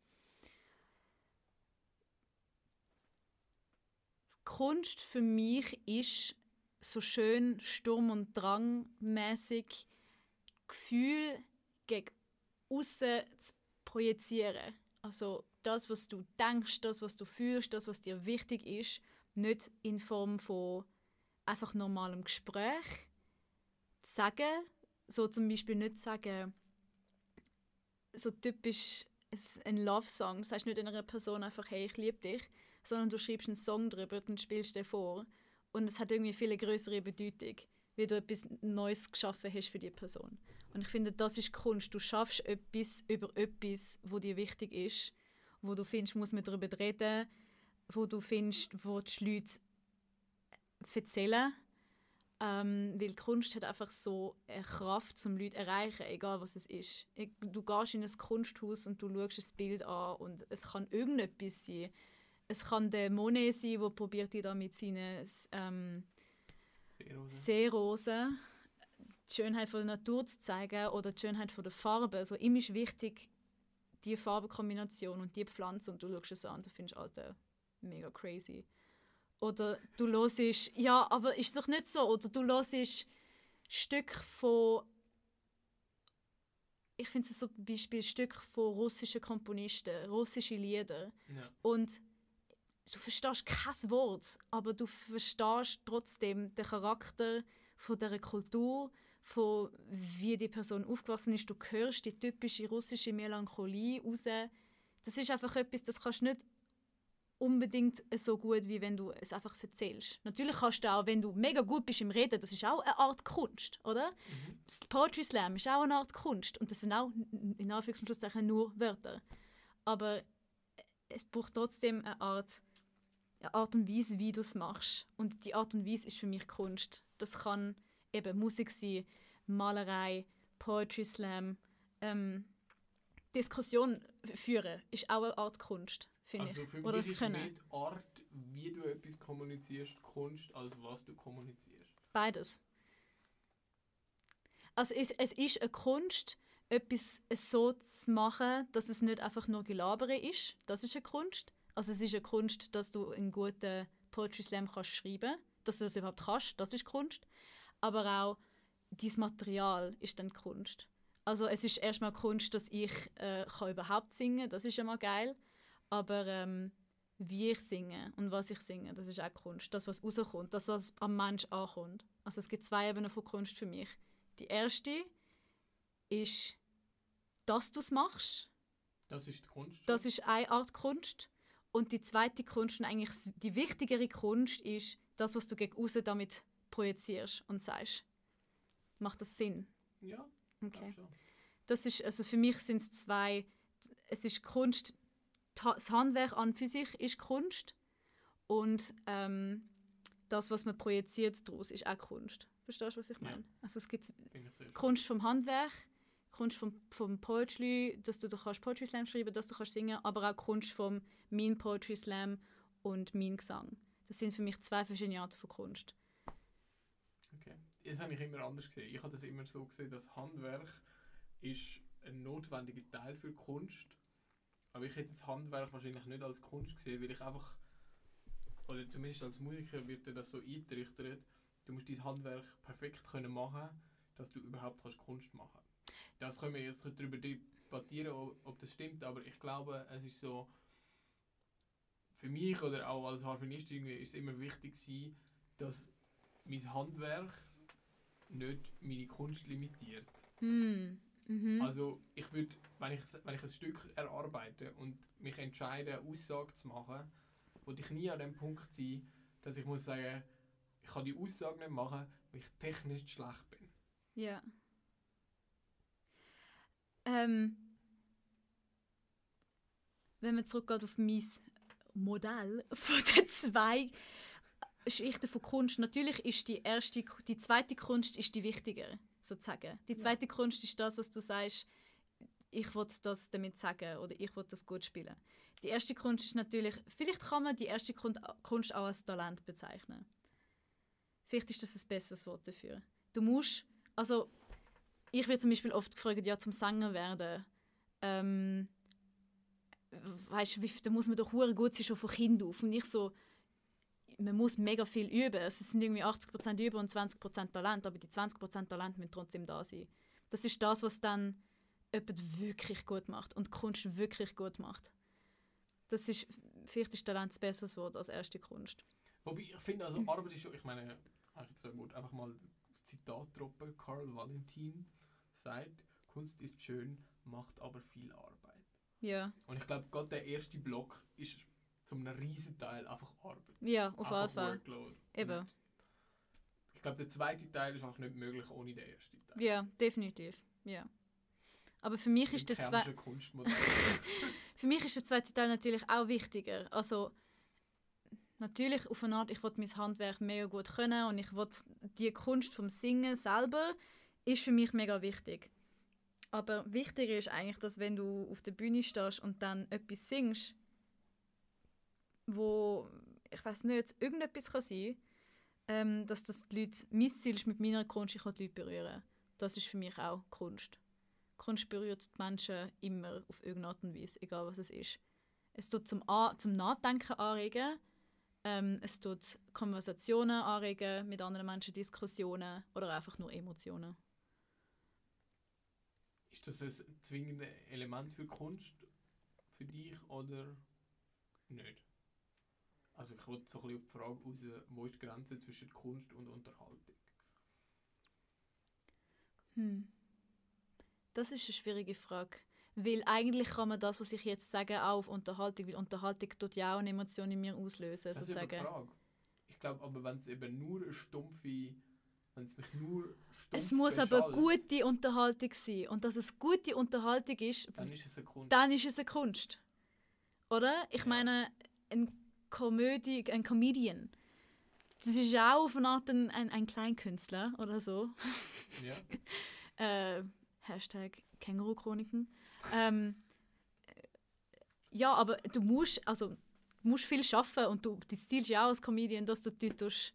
Kunst für mich ist so schön Sturm- und Drang-mäßig Gefühl gegen außen zu projizieren. Also das, was du denkst, das, was du fühlst, das, was dir wichtig ist, nicht in Form von einfach normalem Gespräch sagen, so zum Beispiel nicht sagen, so typisch es- ein Love-Song, das heißt nicht einer Person einfach, hey, ich liebe dich, sondern du schreibst einen Song drüber und spielst den vor und es hat irgendwie viel größere Bedeutung, wie du etwas Neues geschaffen hast für die Person. Und ich finde, das ist Kunst. Du schaffst etwas über etwas, wo dir wichtig ist, wo du findest, muss man darüber reden, wo du findest, wo die Leute erzählen. Ähm, weil Kunst hat einfach so eine Kraft, zum Leute zu erreichen, egal was es ist. Ich- Du gehst in ein Kunsthaus und du schaust ein Bild an und es kann irgendetwas sein. Es kann der Monet sein, der probiert dir da mit seinen ähm, Seerosen. Seerosen die Schönheit von der Natur zu zeigen oder die Schönheit von der Farbe. Also ihm ist wichtig, die Farbenkombination und die Pflanze und du schaust es an und du findest, Alter, mega crazy. Oder du hörst, ja, aber ist doch nicht so. Oder du hörst Stück von, ich finde es so ein Beispiel, Stück von russischen Komponisten, russische Lieder. Ja. Und du verstehst kein Wort, aber du verstehst trotzdem den Charakter von dieser Kultur, von wie die Person aufgewachsen ist. Du hörst die typische russische Melancholie raus. Das ist einfach etwas, das kannst du nicht unbedingt so gut, wie wenn du es einfach erzählst. Natürlich kannst du auch, wenn du mega gut bist im Reden, das ist auch eine Art Kunst, oder? Mhm. Das Poetry Slam ist auch eine Art Kunst und das sind auch in Anführungs- und Schlusszeichen nur Wörter. Aber es braucht trotzdem eine Art, eine Art und Weise, wie du es machst. Und die Art und Weise ist für mich Kunst. Das kann eben Musik sein, Malerei, Poetry Slam, ähm, Diskussion führen ist auch eine Art Kunst, finde also ich. für Oder mich das ist Können. nicht die Art, wie du etwas kommunizierst, Kunst, als was du kommunizierst. Beides. Also es, es ist eine Kunst, etwas so zu machen, dass es nicht einfach nur Gelabere ist. Das ist eine Kunst. Also es ist eine Kunst, dass du einen guten Poetry Slam kannst schreiben, dass du das überhaupt kannst, das ist Kunst. Aber auch dieses Material ist dann Kunst. Also es ist erstmal Kunst, dass ich äh, kann überhaupt singen kann, das ist immer geil. Aber ähm, wie ich singe und was ich singe, das ist auch Kunst. Das, was rauskommt, das, was am Mensch ankommt. Also es gibt zwei Ebenen von Kunst für mich. Die erste ist, dass du es machst. Das ist die Kunst. Das ist eine Art Kunst. Und die zweite Kunst, und eigentlich die wichtigere Kunst, ist das, was du gegen außen damit projizierst und sagst. Macht das Sinn? Ja, okay. schon. Das ist, also für mich sind es zwei, es ist Kunst, das Handwerk an für sich ist Kunst und ähm, das, was man projiziert daraus, ist auch Kunst. Verstehst du, was ich meine? Ja. Also es gibt Kunst vom Handwerk, Kunst vom, vom Poetry, dass du da kannst Poetry Slam schreiben, dass du kannst singen, aber auch Kunst vom mein Poetry Slam und mein Gesang. Das sind für mich zwei verschiedene Arten von Kunst. Okay. Das habe ich immer anders gesehen. Ich habe das immer so gesehen, dass Handwerk ist ein notwendiger Teil für Kunst. Aber ich hätte das Handwerk wahrscheinlich nicht als Kunst gesehen, weil ich einfach, oder zumindest als Musiker wird dir das so eingetrichtert, du musst dein Handwerk perfekt können machen, dass du überhaupt kannst Kunst machen kannst. Das können wir jetzt darüber debattieren, ob das stimmt, aber ich glaube, es ist so, für mich oder auch als Harfenist ist es immer wichtig gewesen, dass mein Handwerk nicht meine Kunst limitiert. Mm. Mhm. Also ich würde, wenn ich, wenn ich ein Stück erarbeite und mich entscheide, eine Aussage zu machen, würde ich nie an dem Punkt sein, dass ich muss sagen, ich kann die Aussage nicht machen, weil ich technisch schlecht bin. Ja. Ähm, wenn man zurückgeht auf mein Modell von den zwei Schichten von Kunst, natürlich ist die erste, die zweite Kunst ist die wichtigere, sozusagen. Die zweite ja. Kunst ist das, was du sagst, ich will das damit sagen oder ich will das gut spielen. Die erste Kunst ist natürlich, vielleicht kann man die erste Kunst auch als Talent bezeichnen. Vielleicht ist das ein besseres Wort dafür. Du musst, also ich werde zum Beispiel oft gefragt, ja, zum Sänger werden. Ähm, weißt du, da muss man doch hure gut sein, schon von Kind auf. Und ich so, man muss mega viel üben. Also es sind irgendwie achtzig Prozent Üben und zwanzig Prozent Talent, aber die zwanzig Prozent Talent müssen trotzdem da sein. Das ist das, was dann jemand wirklich gut macht und Kunst wirklich gut macht. Das ist, vielleicht ist Talent das bessere Wort als erste Kunst. Wobei ich finde, also Arbeit ist schon, ich meine, ich jetzt einfach mal das Zitat droppen, Karl Valentin sagt, Kunst ist schön, macht aber viel Arbeit. Ja. Und ich glaube, gerade der erste Block ist zum einem riesen Teil einfach Arbeit. Ja, auf jeden Fall. Workload. Eben. Und ich glaube, der zweite Teil ist auch nicht möglich ohne den ersten Teil. Ja, definitiv. Ja. Aber für mich ist der zweite Für mich ist der zweite Teil natürlich auch wichtiger. Also natürlich auf eine Art, ich will mein Handwerk mega gut können und ich will die Kunst vom Singen selber ist für mich mega wichtig. Aber wichtiger ist eigentlich, dass wenn du auf der Bühne stehst und dann etwas singst, wo, ich weiß nicht, irgendetwas kann sein, ähm, dass das die Leute, mein Ziel ist mit meiner Kunst, ich kann die Leute berühren. Das ist für mich auch Kunst. Kunst berührt die Menschen immer auf irgendeine Art und Weise, egal was es ist. Es tut zum, A- zum Nachdenken anregen, ähm, es tut Konversationen anregen, mit anderen Menschen Diskussionen oder einfach nur Emotionen. Ist das ein zwingendes Element für Kunst für dich oder nicht? Also ich wollte so ein bisschen auf die Frage raus, wo ist die Grenze zwischen Kunst und Unterhaltung? Hm. Das ist eine schwierige Frage. Weil eigentlich kann man das, was ich jetzt sage, auch auf Unterhaltung, weil Unterhaltung tut ja auch eine Emotion in mir auslösen, Das ist eben die sozusagen. Frage. Ich glaube aber, wenn es eben nur eine stumpfe, wenn es mich nur stumpf Es muss aber beschallt, gute Unterhaltung sein. Und dass es gute Unterhaltung ist, dann ist es eine Kunst. dann ist es eine Kunst. Oder? Ich Ja. meine, ein Komödie, ein Comedian, das ist ja auch auf eine Art ein, ein, ein Kleinkünstler oder so. Ja. äh, Hashtag Känguru-Chroniken. ähm, ja, aber du musst, also, du musst viel arbeiten und du, dein Ziel ist ja auch als Comedian, dass du die Leute tust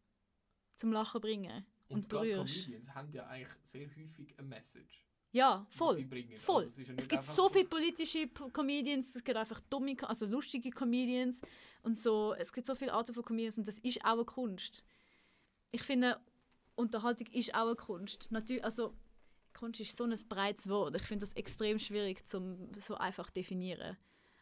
zum Lachen bringen und, Und gerade berührst. Comedians haben ja eigentlich sehr häufig eine Message, Ja, die voll. sie bringen. Voll. Also es ist ja Es nicht gibt einfach so viele politische P- Comedians, es gibt einfach dumme, Co- also lustige Comedians und so. Es gibt so viele Arten von Comedians und das ist auch eine Kunst. Ich finde, Unterhaltung ist auch eine Kunst. Natürlich, also Kunst ist so ein breites Wort. Ich finde das extrem schwierig zum so einfach definieren.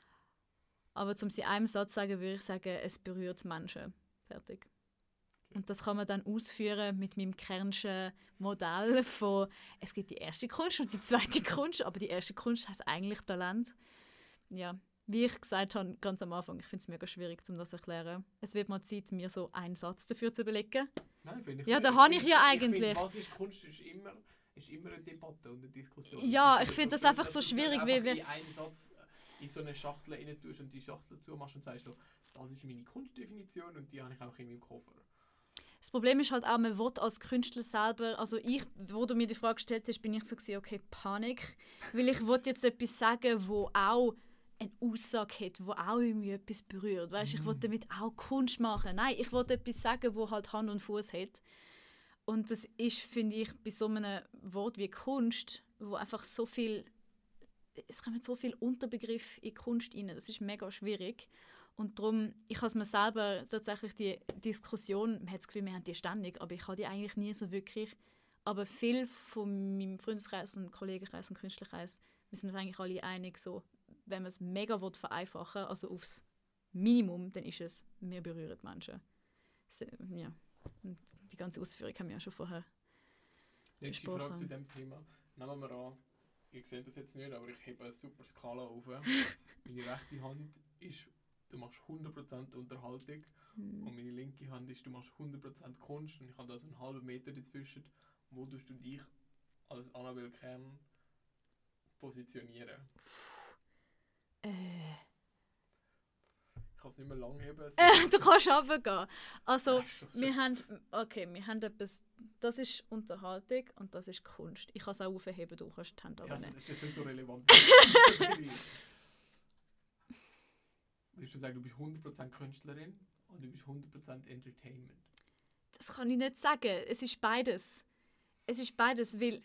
Aber zum sie in einem Satz sagen, würde ich sagen, es berührt Menschen. Fertig. Und das kann man dann ausführen mit meinem Kernschen Modell von, es gibt die erste Kunst und die zweite Kunst, aber die erste Kunst heißt eigentlich Talent. Ja, wie ich gesagt habe ganz am Anfang, ich finde es mega schwierig, um das zu erklären. Es wird mal Zeit, mir so einen Satz dafür zu überlegen. Nein, finde ich Ja, nicht. da habe finde- ich ja Ich eigentlich. finde, was ist Kunst, ist immer, ist immer eine Debatte und eine Diskussion. Ja, Es ist ich finde das schön, einfach dass so du schwierig, einfach weil wir- in einen Satz in so eine Schachtel rein tust und die Schachtel zumachst und sagst so, das ist meine Kunstdefinition und die habe ich auch in meinem Koffer. Das Problem ist halt auch, man will als Künstler selber, also ich, wo du mir die Frage gestellt hast, bin ich so gewesen, okay, Panik, weil ich wollte jetzt etwas sagen, wo auch eine Aussage hat, wo auch irgendwie etwas berührt, weißt, ich wollte damit auch Kunst machen. Nein, ich wollte etwas sagen, wo halt Hand und Fuß hat. Und das ist, finde ich, bei so einem Wort wie Kunst, wo einfach so viel, es kommen so viele Unterbegriffe in Kunst rein, das ist mega schwierig. Und darum, ich habe es mir selber tatsächlich die Diskussion, man hat das Gefühl, wir haben die ständig, aber ich habe die eigentlich nie so wirklich. Aber viel von meinem Freundeskreis und Kollegenkreis und Künstlerkreis, wir sind uns eigentlich alle einig, so, wenn man es mega will, vereinfachen also aufs Minimum, dann ist es, wir berühren Menschen. So, ja. Und die ganze Ausführung haben wir ja schon vorher. Letzte besprochen. Frage zu diesem Thema. Nehmen wir an, ihr seht das jetzt nicht, aber ich habe eine super Skala auf. Meine rechte Hand ist, du machst hundert Prozent Unterhaltung Hm. und meine linke Hand ist, du machst hundert Prozent Kunst und ich habe da so einen halben Meter dazwischen. Wo tust du dich als Annabel Kern positionieren? Äh. Ich kann es nicht mehr lang heben. es Äh, wird- du kannst runtergehen. Also, Ja, ist doch so. wir haben, okay, wir haben etwas, das ist Unterhaltung und das ist Kunst. Ich kann es auch aufheben, du kannst die Hand Ja, aber also, nicht. das ist jetzt nicht so relevant. Würdest du sagen, du bist hundert Prozent Künstlerin oder du bist hundert Prozent Entertainment? Das kann ich nicht sagen. Es ist beides. Es ist beides, weil...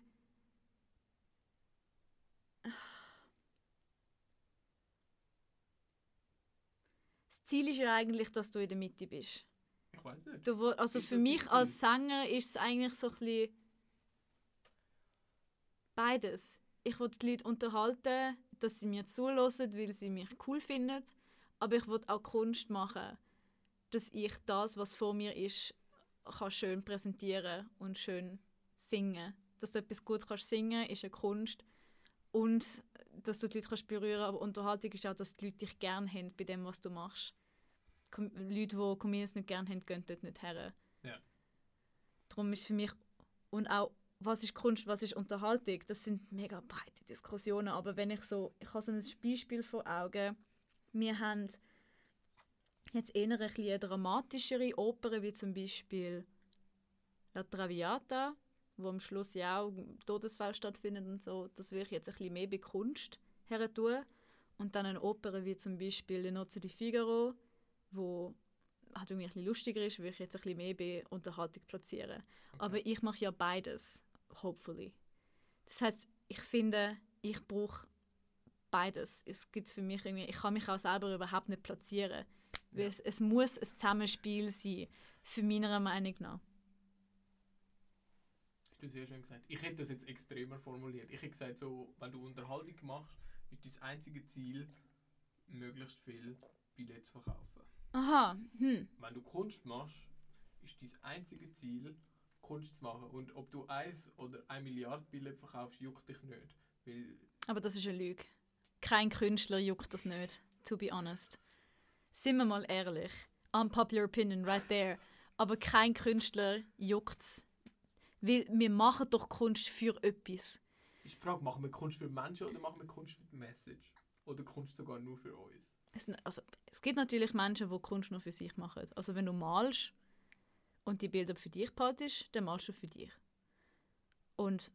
Das Ziel ist ja eigentlich, dass du in der Mitte bist. Ich weiß nicht. Du, wo- also Ist für das mich dein als Ziel? Sänger ist es eigentlich so ein bisschen beides. Ich will die Leute unterhalten, dass sie mir zuhören, weil sie mich cool finden. Aber ich will auch Kunst machen, dass ich das, was vor mir ist, kann schön präsentieren und schön singen. Dass du etwas gut kannst singen, ist eine Kunst. Und dass du die Leute kannst berühren kannst. Aber Unterhaltung ist auch, dass die Leute dich gerne haben bei dem, was du machst. Com Leute, die Comedians nicht gerne haben, gehen dort nicht her. Ja. Darum ist für mich, und auch, was ist Kunst, was ist Unterhaltung, das sind mega breite Diskussionen. Aber wenn ich so, ich habe so ein Beispiel vor Augen, wir haben jetzt eher ein bisschen eine dramatischere Opern, wie zum Beispiel La Traviata, wo am Schluss ja auch Todesfälle stattfinden und so. Das würde ich jetzt ein bisschen mehr bei Kunst her tun. Und dann eine Oper wie zum Beispiel Le Nozze di Figaro, wo halt irgendwie ein bisschen lustiger ist, würde ich jetzt ein bisschen mehr bei Unterhaltung platzieren. Okay. Aber ich mache ja beides, hopefully. Das heißt, ich finde, ich brauche beides. Es gibt für mich irgendwie, ich kann mich auch selber überhaupt nicht platzieren. Weil Ja. es, es muss ein Zusammenspiel sein, für meiner Meinung nach. Du hast sehr schön gesagt. Ich hätte das jetzt extremer formuliert. Ich hätte gesagt, so, wenn du Unterhaltung machst, ist dein einzige Ziel, möglichst viel Billette zu verkaufen. Aha, hm. Wenn du Kunst machst, ist dein einziges Ziel, Kunst zu machen. Und ob du eins oder eine Milliarde Billett verkaufst, juckt dich nicht. Weil Aber das ist eine Lüge. Kein Künstler juckt das nicht, to be honest. Sind wir mal ehrlich. Unpopular opinion right there. Aber kein Künstler juckt es. Weil wir machen doch Kunst für etwas. ist die Frage, machen wir Kunst für Menschen oder machen wir Kunst für die Message? Oder Kunst sogar nur für uns? Es, also, es gibt natürlich Menschen, die Kunst nur für sich machen. Also wenn du malst und die Bilder für dich behaltest, dann malst du für dich. Und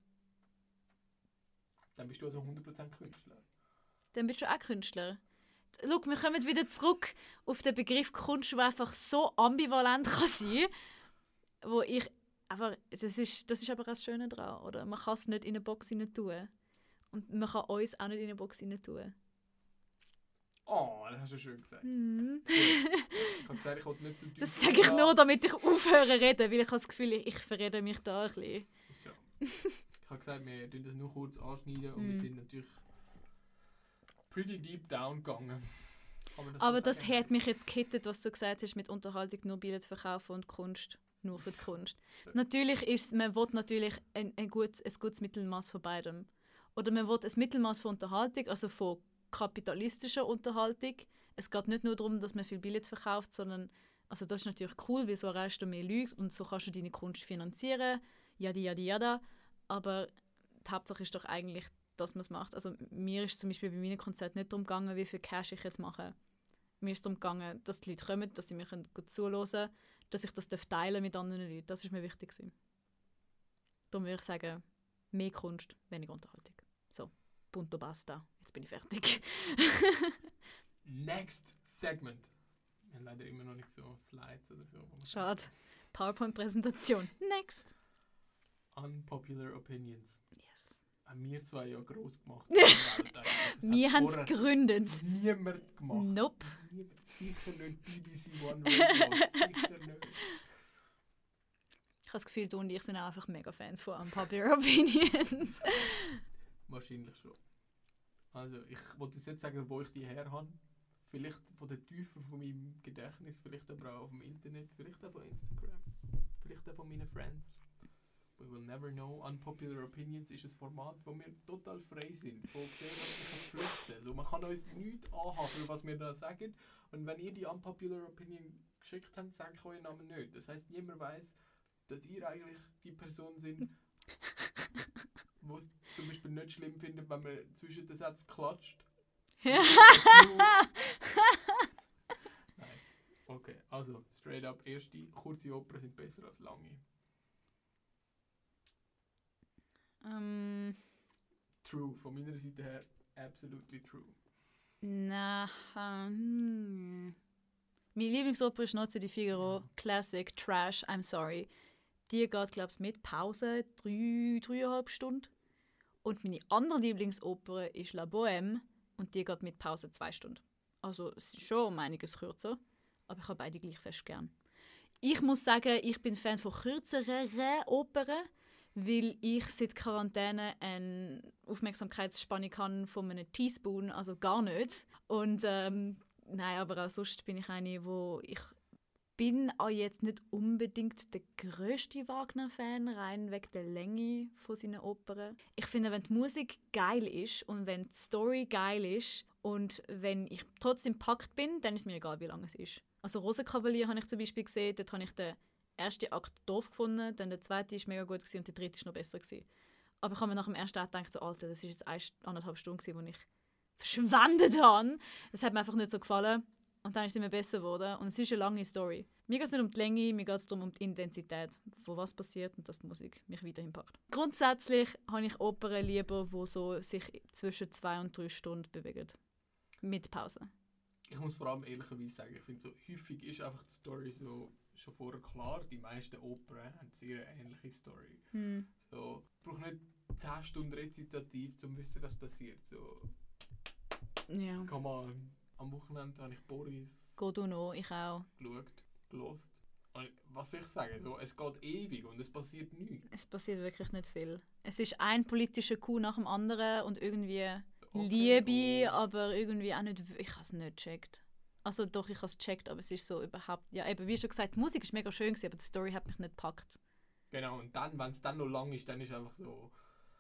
Dann bist du also hundert Prozent Künstler. dann bist du auch Künstler. Schau, wir kommen wieder zurück auf den Begriff Kunst, der einfach so ambivalent kann sein kann, wo ich einfach, das ist, das ist aber auch das Schöne daran, oder? Man kann es nicht in eine Box rein tun. Und man kann uns auch nicht in eine Box rein tun. Oh, das hast du schön gesagt. Mhm. Ich habe gesagt, ich wollte nicht zu tief. Das sage ich nur, damit ich aufhöre zu reden, weil ich habe das Gefühl, ich verrede mich da ein bisschen. Ist ja. Ich habe gesagt, wir tun das nur kurz anschneiden und wir Mhm. sind natürlich pretty deep down gegangen. Kann man das Aber so das sagen? hat mich jetzt gekittet, was du gesagt hast, mit Unterhaltung nur Bilder verkaufen und Kunst nur für die Kunst. Ja. Natürlich ist man will natürlich ein, ein, gutes, ein gutes Mittelmaß von beidem. Oder man will ein Mittelmaß von Unterhaltung, also von kapitalistischer Unterhaltung. Es geht nicht nur darum, dass man viel Bilder verkauft, sondern also das ist natürlich cool, weil so erreichst du mehr Leute und so kannst du deine Kunst finanzieren. Yadi, yadi, yada. Aber die Hauptsache ist doch eigentlich, dass man es macht. Also mir ist zum Beispiel bei meinen Konzerten nicht darum gegangen, wie viel Cash ich jetzt mache. Mir ist darum gegangen, dass die Leute kommen, dass sie mir gut zuhören können, dass ich das teilen mit anderen Leuten. Das ist mir wichtig gewesen. Darum würde ich sagen, mehr Kunst, weniger Unterhaltung. So, punto basta. Jetzt bin ich fertig. Next Segment. Wir haben leider immer noch nicht so Slides oder so. Schade. PowerPoint-Präsentation. Next. Unpopular Opinions. Yes. Haben wir zwei ja gross gemacht. in der Welt eigentlich. Das Wir hat's haben es vorher gegründet. niemand gemacht. Nope. Niemand. Sicher nicht B B C One Radio. Sicher nicht. Ich habe das Gefühl, du und ich sind auch einfach mega Fans von Unpopular Opinions. Wahrscheinlich schon. Also, ich wollte jetzt nicht sagen, wo ich die her habe. Vielleicht von der Tiefe von meinem Gedächtnis, vielleicht aber auch auf dem Internet, vielleicht auch von Instagram, vielleicht auch von meinen Friends. We will never know. Unpopular Opinions ist ein Format, wo wir total frei sind. Von gesellschaftlichen Pflichten. So, man kann uns nichts anhaben, für was wir da sagen. Und wenn ihr die Unpopular Opinion geschickt habt, sage ich euren Namen nicht. Das heisst, niemand weiss, dass ihr eigentlich die Person sind, die es zum Beispiel nicht schlimm findet, wenn man zwischen den Sätzen klatscht. Nein. Okay, also straight up, erste, kurze Opern sind besser als lange. ähm, True, von meiner Seite her, absolutely true. na, hm. Meine Lieblingsoper ist Nozze di Figaro, Classic, Trash, I'm sorry. Die geht, glaube ich, mit Pause drei, dreieinhalb Stunden. Und meine andere Lieblingsoper ist La Bohème und die geht mit Pause zwei Stunden. Also es ist schon um einiges kürzer, aber ich habe beide gleich fest gern. Ich muss sagen, ich bin Fan von kürzeren Opern, weil ich seit Quarantäne eine Aufmerksamkeitsspanne habe von einem Teaspoon, also gar nicht. Und ähm, nein, aber auch sonst bin ich eine, wo ich bin auch jetzt nicht unbedingt der grösste Wagner-Fan, rein wegen der Länge von seinen Opern. Ich finde, wenn die Musik geil ist und wenn die Story geil ist und wenn ich trotzdem gepackt bin, dann ist mir egal, wie lange es ist. Also Rosenkavalier habe ich zum Beispiel gesehen, dort habe ich den ersten Akt doof gefunden, dann der zweite war mega gut und der dritte war noch besser gewesen. Aber ich habe mir nach dem ersten Akt gedacht, so, Alter, das war jetzt eine, anderthalb Stunden, gewesen, wo ich verschwendet habe. Das hat mir einfach nicht so gefallen. Und dann ist es immer besser geworden. Und es ist eine lange Story. Mir geht es nicht um die Länge, mir geht es darum um die Intensität, wo was passiert und dass die Musik mich weiterhin packt. Grundsätzlich habe ich Opern lieber, die so sich zwischen zwei und drei Stunden bewegen. Mit Pause. Ich muss vor allem ehrlicherweise sagen, ich finde, so häufig ist einfach die Story so schon vorher klar. Die meisten Opern haben sehr eine ähnliche Story. Hm. So, ich brauche nicht zehn Stunden rezitativ, um zu wissen, was passiert. So, Ja. kann man, am Wochenende habe ich Boris Go du noch, ich auch. geschaut, gelost. Und was soll ich sagen? So, es geht ewig und es passiert nichts. Es passiert wirklich nicht viel. Es ist ein politischer Coup nach dem anderen und irgendwie Okay, Liebe, oh. aber irgendwie auch nicht. Ich habe es nicht gecheckt. Also doch, ich habe es gecheckt, aber es ist so überhaupt... Ja, eben, wie schon gesagt, die Musik ist mega schön gewesen, aber die Story hat mich nicht gepackt. Genau, und dann, wenn es dann noch lang ist, dann ist einfach so...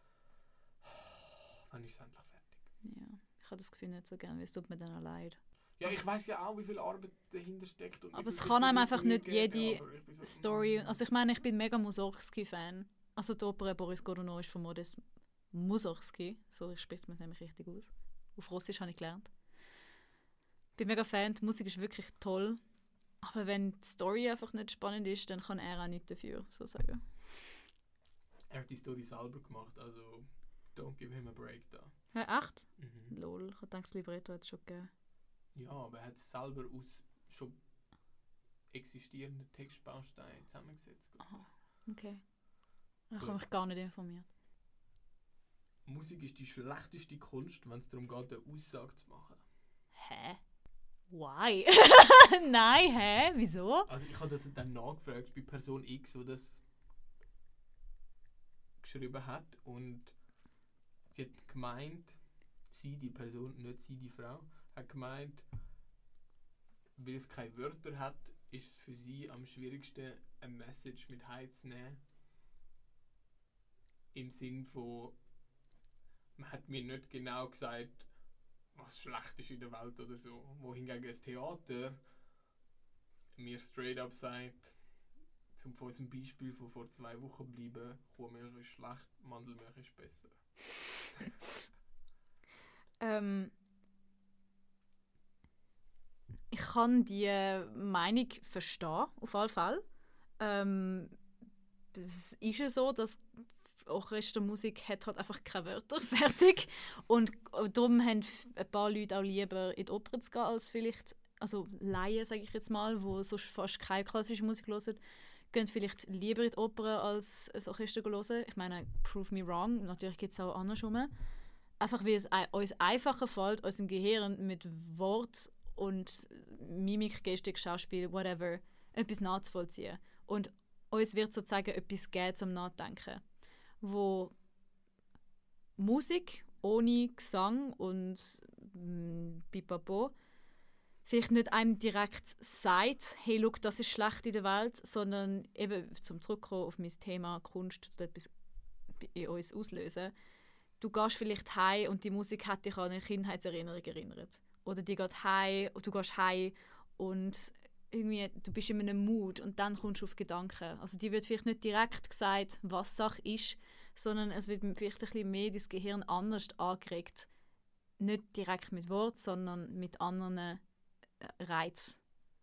Wann ist es endlich fertig? Ja, ich habe das Gefühl nicht so gerne, weil es tut mir dann auch leid. Ja, ich weiß ja auch, wie viel Arbeit dahinter steckt. Und wie Aber viel es kann einem Mühe einfach nicht geben, jede aber ich bin so, Story... mm. Also ich meine, ich bin mega Mussorgsky-Fan. Also die Oper Boris Godunov ist von Modest Mussorgsky. So spricht man es nämlich richtig aus. Auf Russisch habe ich gelernt. Ich bin mega Fan, die Musik ist wirklich toll. Aber wenn die Story einfach nicht spannend ist, dann kann er auch nichts dafür, sozusagen. Er hat die Story selber gemacht, also don't give him a break da. Ja, echt? Mhm. Lol, ich denke, das Libretto hat es schon gegeben. Ja, aber er hat es selber aus schon existierenden Textbausteinen zusammengesetzt. Aha, okay. Ich Gut. habe mich gar nicht informiert. Musik ist die schlechteste Kunst, wenn es darum geht, eine Aussage zu machen. Hä? Why? Nein, hä? Wieso? Also ich habe das dann nachgefragt bei Person X, die das geschrieben hat, und sie hat gemeint, sie, die Person, nicht sie, die Frau, hat gemeint, weil es keine Wörter hat, ist es für sie am schwierigsten, eine Message mit heimzunehmen. Im Sinn von, man hat mir nicht genau gesagt, was schlecht ist in der Welt oder so. Wohingegen ein Theater mir straight up sagt, zum von unserem Beispiel von vor zwei Wochen bleiben, Kuhmilch ist schlecht, Mandelmilch ist besser. Ähm, ich kann die Meinung verstehen, auf jeden Fall. Ähm, es ist ja so, dass Orchestermusik hat halt einfach keine Wörter, fertig. Und darum haben ein paar Leute auch lieber in die Oper zu gehen, als vielleicht, also Laien, sage ich jetzt mal, die sonst fast keine klassische Musik hören, gehen vielleicht lieber in die Oper als ein Orchester hören. Ich meine, prove me wrong, natürlich gibt es auch andersrum. Einfach weil es uns einfacher fällt, unserem Gehirn mit Wort und Mimik, Gestik, Schauspiel, whatever, etwas nachzuvollziehen. Und uns wird sozusagen etwas geben zum Nachdenken, wo Musik ohne Gesang und mm, Pipapo vielleicht nicht einem direkt sagt, hey, look, das ist schlecht in der Welt, sondern eben, zum Zurückkommen auf mein Thema Kunst, oder etwas in uns auslösen. Du gehst vielleicht heim und die Musik hat dich an eine Kindheitserinnerung erinnert. Oder die geht heim und du gehst heim und irgendwie, du bist in einem Mood und dann kommst du auf Gedanken. Also die wird vielleicht nicht direkt gesagt, was Sache ist, sondern es wird vielleicht ein bisschen mehr das Gehirn anders angeregt. Nicht direkt mit Wort, sondern mit anderen Reizen.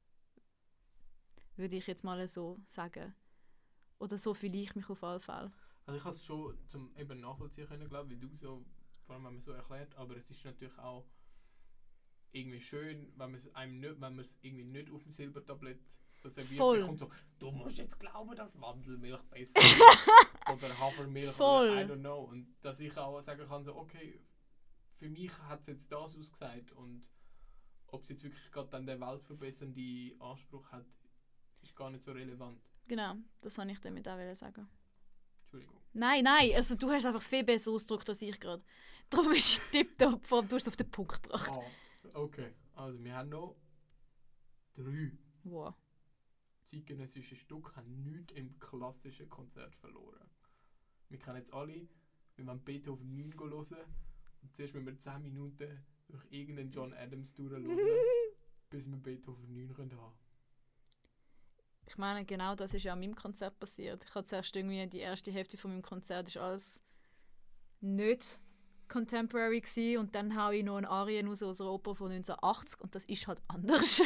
Würde ich jetzt mal so sagen. Oder so fühle ich mich auf jeden Fall. Also ich habe es schon zum eben nachvollziehen können, glaube ich, wie du so, vor allem wenn man so erklärt, aber es ist natürlich auch irgendwie schön, wenn man es einem nicht, wenn man es irgendwie nicht auf dem Silbertablett so serviert Voll. bekommt, so, du musst jetzt glauben, dass Mandelmilch besser ist oder Hafermilch Voll. oder I don't know. Und dass ich auch sagen kann, so, okay, für mich hat es jetzt das ausgesagt, und ob es jetzt wirklich gerade dann den weltverbessernden Anspruch hat, ist gar nicht so relevant. Genau, das wollte ich damit auch sagen. Entschuldigung. Nein, nein, also du hast einfach viel besser ausgedrückt als ich gerade. Darum ist es tipptopp, du hast es auf den Punkt gebracht. Ah, okay, also wir haben noch drei Wow. zeitgenössische Stücke, haben nichts im klassischen Konzert verloren. Wir kennen jetzt alle, wenn wir Beethoven neun hören, und zuerst müssen wir zehn Minuten durch irgendeinen John Adams durchhören, bis wir Beethoven neun haben können. Ich meine, genau das ist ja an meinem Konzert passiert. Ich hatte zuerst irgendwie die erste Hälfte von meinem Konzert ist alles nicht contemporary gewesen, und dann haue ich noch eine Arie raus aus einer Oper von neunzehnhundertachtzig und das ist halt anders.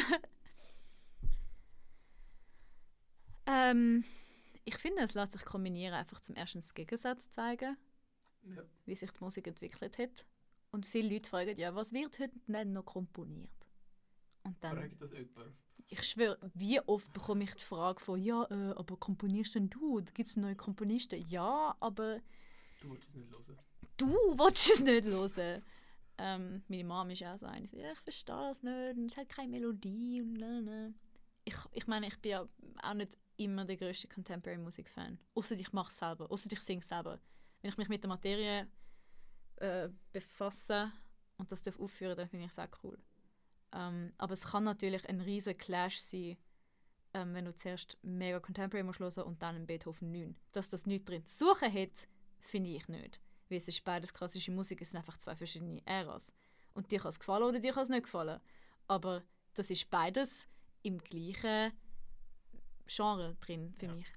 ähm, ich finde, es lässt sich kombinieren, einfach zum ersten das Gegensatz zeigen, Ja. wie sich die Musik entwickelt hat. Und viele Leute fragen ja, was wird heute denn noch komponiert? Und dann, Fragt das jemand? ich schwöre, wie oft bekomme ich die Frage von, ja, äh, aber komponierst denn du? Gibt es neue Komponisten? Ja, aber Du willst es nicht hören. du willst es nicht hören. Ähm, meine Mom ist auch so eine, so, ja, ich verstehe das nicht, und es hat keine Melodie und lalala. Ich, ich meine, ich bin ja auch nicht immer der grösste Contemporary-Musik-Fan. Ausser ich mache es selber, ausser ich singe es selber. Wenn ich mich mit der Materie äh, befasse und das darf aufführen, dann finde ich es auch cool. Ähm, aber es kann natürlich ein riesen Clash sein, ähm, wenn du zuerst mega Contemporary musst hören und dann einen Beethoven neun. Dass das nichts drin zu suchen hat, finde ich nicht. Weil es ist beides klassische Musik, es sind einfach zwei verschiedene Äras. Und dir kann es gefallen oder dir kann es nicht gefallen. Aber das ist beides im gleichen Genre drin für Ja. mich.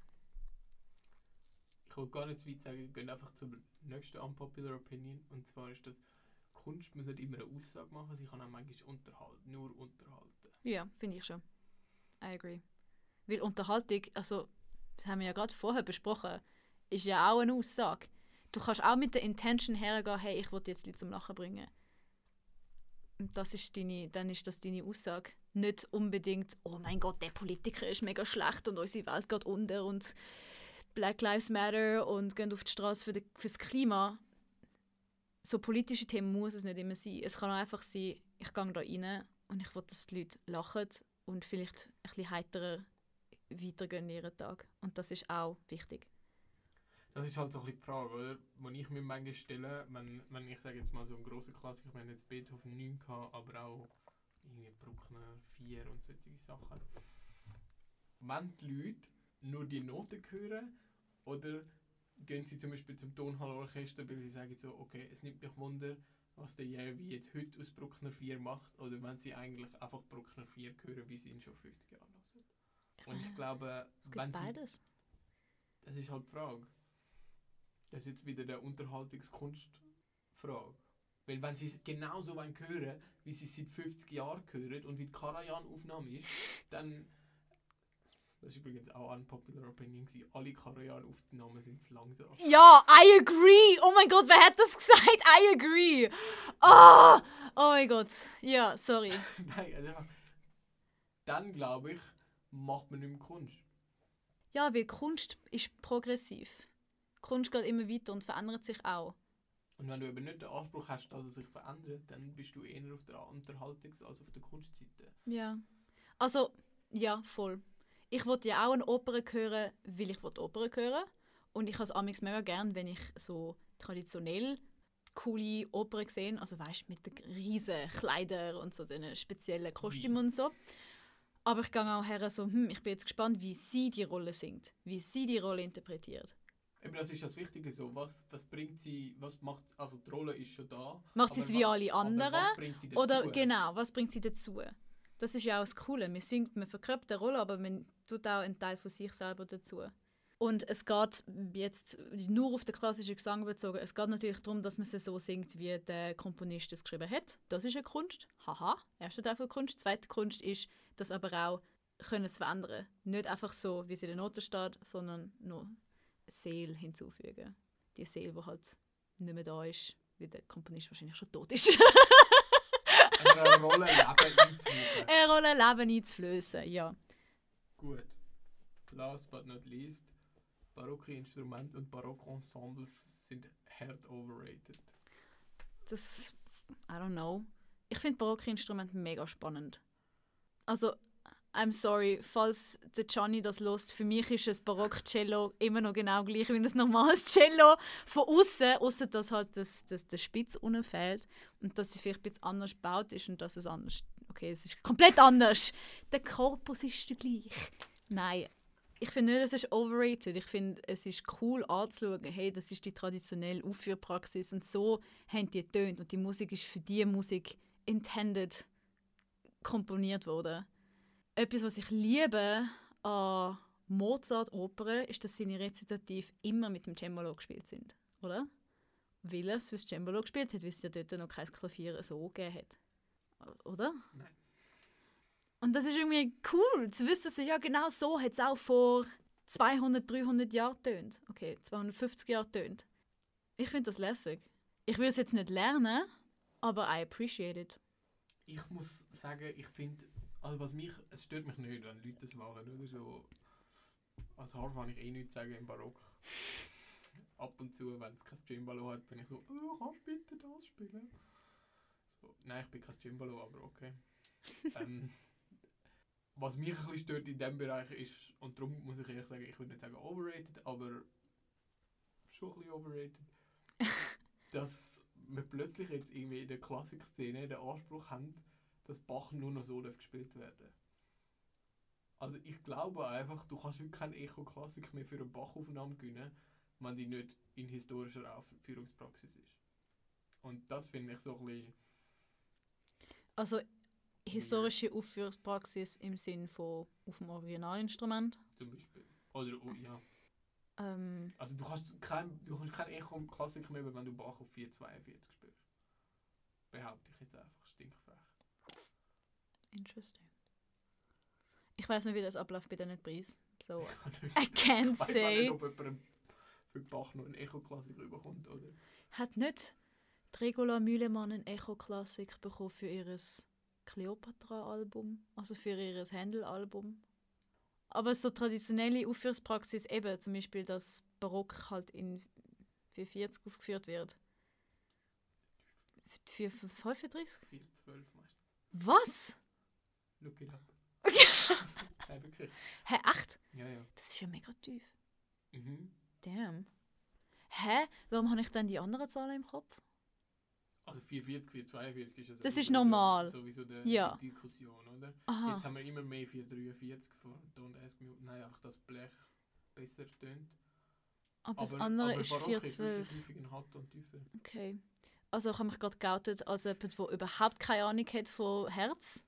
Ich will gar nicht zu weit sagen, wir gehen einfach zur nächsten Unpopular Opinion. Und zwar ist das, Kunst muss nicht immer eine Aussage machen, sie kann auch manchmal unterhalten, nur unterhalten. Ja, finde ich schon. I agree. Weil Unterhaltung, also, das haben wir ja gerade vorher besprochen, ist ja auch eine Aussage. Du kannst auch mit der Intention hergehen, hey, ich will jetzt Leute zum Lachen bringen. Und das ist deine, dann ist das deine Aussage. Nicht unbedingt, oh mein Gott, der Politiker ist mega schlecht und unsere Welt geht unter und Black Lives Matter und gehen auf die Straße für die, fürs Klima. So politische Themen muss es nicht immer sein. Es kann auch einfach sein, ich gehe da rein und ich will, dass die Leute lachen und vielleicht ein bisschen heiterer weitergehen in ihren Tag. Und das ist auch wichtig. Das ist halt so ein bisschen die Frage, oder? Die ich mir manchmal stelle, wenn, wenn ich sage jetzt mal so einen grossen Klassiker, ich meine jetzt Beethoven neun gehabt, aber auch irgendwie Bruckner vier und solche Sachen. Wenn die Leute nur die Noten hören, oder gehen sie zum Beispiel zum Tonhallorchester, weil sie sagen so, okay, es nimmt mich Wunder, was der Järvi jetzt heute aus Bruckner vier macht, oder wenn sie eigentlich einfach Bruckner vier hören, wie sie ihn schon fünfzig Jahre hören. Und ich glaube, Es gibt wenn sie... beides. Das ist halt die Frage. Das ist jetzt wieder der Unterhaltungskunstfrage. Weil wenn sie es genauso hören wollen, wie sie es seit fünfzig Jahren hören und wie die Karajan-Aufnahme ist, dann... Das war übrigens auch eine unpopular Opinion. Gewesen. Alle Karajan-Aufnahmen sind zu langsam. Ja, I agree! Oh mein Gott, wer hat das gesagt? I agree! Oh, oh mein Gott. Ja, sorry. Nein, also einfach... Dann, glaube ich, macht man nicht mehr Kunst. Ja, weil Kunst ist progressiv. Kunst geht immer weiter und verändert sich auch. Und wenn du eben nicht den Anspruch hast, dass es sich verändert, dann bist du eher auf der Unterhaltungs- als auf der Kunstseite. Ja. Also, ja, voll. Ich wollte ja auch eine Oper hören, weil ich Oper hören. Und ich habe es amigs mega gern, wenn ich so traditionell coole Opern sehe. Also weißt du, mit den riesen Kleidern und so den speziellen Kostümen und so. Aber ich gehe auch her so, hm, ich bin jetzt gespannt, wie sie die Rolle singt, wie sie die Rolle interpretiert. Eben, das ist das Wichtige so. Was, was bringt sie, was macht, also die Rolle ist schon da. Macht sie es wie wa- alle aber anderen? was bringt sie dazu? Oder genau, was bringt sie dazu? Das ist ja auch das Coole. Man singt, man verkörpert eine Rolle, aber man tut auch einen Teil von sich selber dazu. Und es geht jetzt nur auf den klassischen Gesang bezogen. Es geht natürlich darum, dass man sie so singt, wie der Komponist es geschrieben hat. Das ist eine Kunst. Haha, erster Teil von Kunst. Zweite Kunst ist, das aber auch können zu verändern. Nicht einfach so, wie es in der Note steht, sondern nur Seele hinzufügen. Die Seele, die halt nicht mehr da ist, weil der Komponist wahrscheinlich schon tot ist. Eine Rolle Leben einzufügen. Eine Rolle Leben einzuflößen, ja. Gut. Last but not least, barocke Instrumente und barocke Ensembles sind hart overrated. Das, I don't know. Ich finde barocke Instrumente mega spannend. Also, I'm sorry, falls der Gianni das hört, für mich ist ein Barock-Cello immer noch genau gleich wie ein normales Cello. Von außen, außer dass halt das, das, der Spitz unten fehlt und dass sie vielleicht ein bisschen anders gebaut ist und dass es anders... Okay, es ist komplett anders. Der Korpus ist der gleich. Nein, ich finde nicht, es ist overrated. Ich finde, es ist cool anzuschauen, hey, das ist die traditionelle Aufführpraxis und so haben die getönt und die Musik ist für diese Musik intended komponiert worden. Etwas, was ich liebe an Mozart-Opern, ist, dass seine Rezitative immer mit dem Cembalo gespielt sind, oder? Weil er es fürs Cembalo gespielt hat, weil es ja dort noch kein Klavier so gegeben hat. Oder? Nein. Und das ist irgendwie cool, zu wissen, so, ja genau so hat es auch vor zweihundert, dreihundert Jahren getönt. Okay, zweihundertfünfzig Jahre getönt. Ich finde das lässig. Ich will es jetzt nicht lernen, aber I appreciate it. Ich muss sagen, ich finde, also was mich, es stört mich nicht, wenn Leute das machen, oder so. Als Harf kann ich eh nichts sagen im Barock. Ab und zu, wenn es kein Cembalo hat, bin ich so, oh, kannst du bitte das spielen? So, nein, ich bin kein Cembalo, aber okay. ähm, was mich ein bisschen stört in diesem Bereich ist, und darum muss ich ehrlich sagen, ich würde nicht sagen overrated, aber schon ein bisschen overrated, dass wir plötzlich jetzt irgendwie in der Klassikszene den Anspruch haben, dass Bach nur noch so gespielt werden. Also ich glaube einfach, du kannst wirklich keine Echo-Klassik mehr für eine Bach-Aufnahme gewinnen, wenn die nicht in historischer Aufführungspraxis ist. Und das finde ich so ein bisschen... Also historische Aufführungspraxis im Sinne von auf dem Originalinstrument. Zum Beispiel. Oder, oh, ja. Ähm, Also du kannst kein, du kannst kein Echo-Klassik mehr, wenn du Bach auf vier zweiundvierzig spielst. Behaupte ich jetzt einfach stinkfrech. Interesting. Ich weiß nicht, wie das abläuft bei diesen Preisen. So, I can't Ich weiß say. auch nicht, ob jemand für Bach noch eine Echo-Klassik überkommt, oder? Hat nicht die Regula Mühlemann eine Echo-Klassik bekommen für ihr Cleopatra-Album? Also für ihr Händel-Album? Aber so traditionelle Aufführungspraxis, eben zum Beispiel, dass Barock halt in vier vierzig aufgeführt wird. vier fünfunddreißig? vier zwölf meistens. Was? Look it up. Ja, wirklich. Hä, echt? Ja, ja. Das ist ja mega tief. Mhm. Damn. Hä? Warum habe ich dann die anderen Zahlen im Kopf? Also vier vierzig, vier zweiundvierzig ist ja Das sowieso ist normal. Der, sowieso der, Ja. die Diskussion, oder? Aha. Jetzt haben wir immer mehr vier dreiundvierzig von Don't Ask Me. Nein, einfach das Blech besser tönt. Aber das aber, andere aber ist Barock vier ist zwölf. wirklich häufig ein Halbton tiefer. Okay. Also ich habe mich gerade geoutet als jemand, der überhaupt keine Ahnung hat von Herz.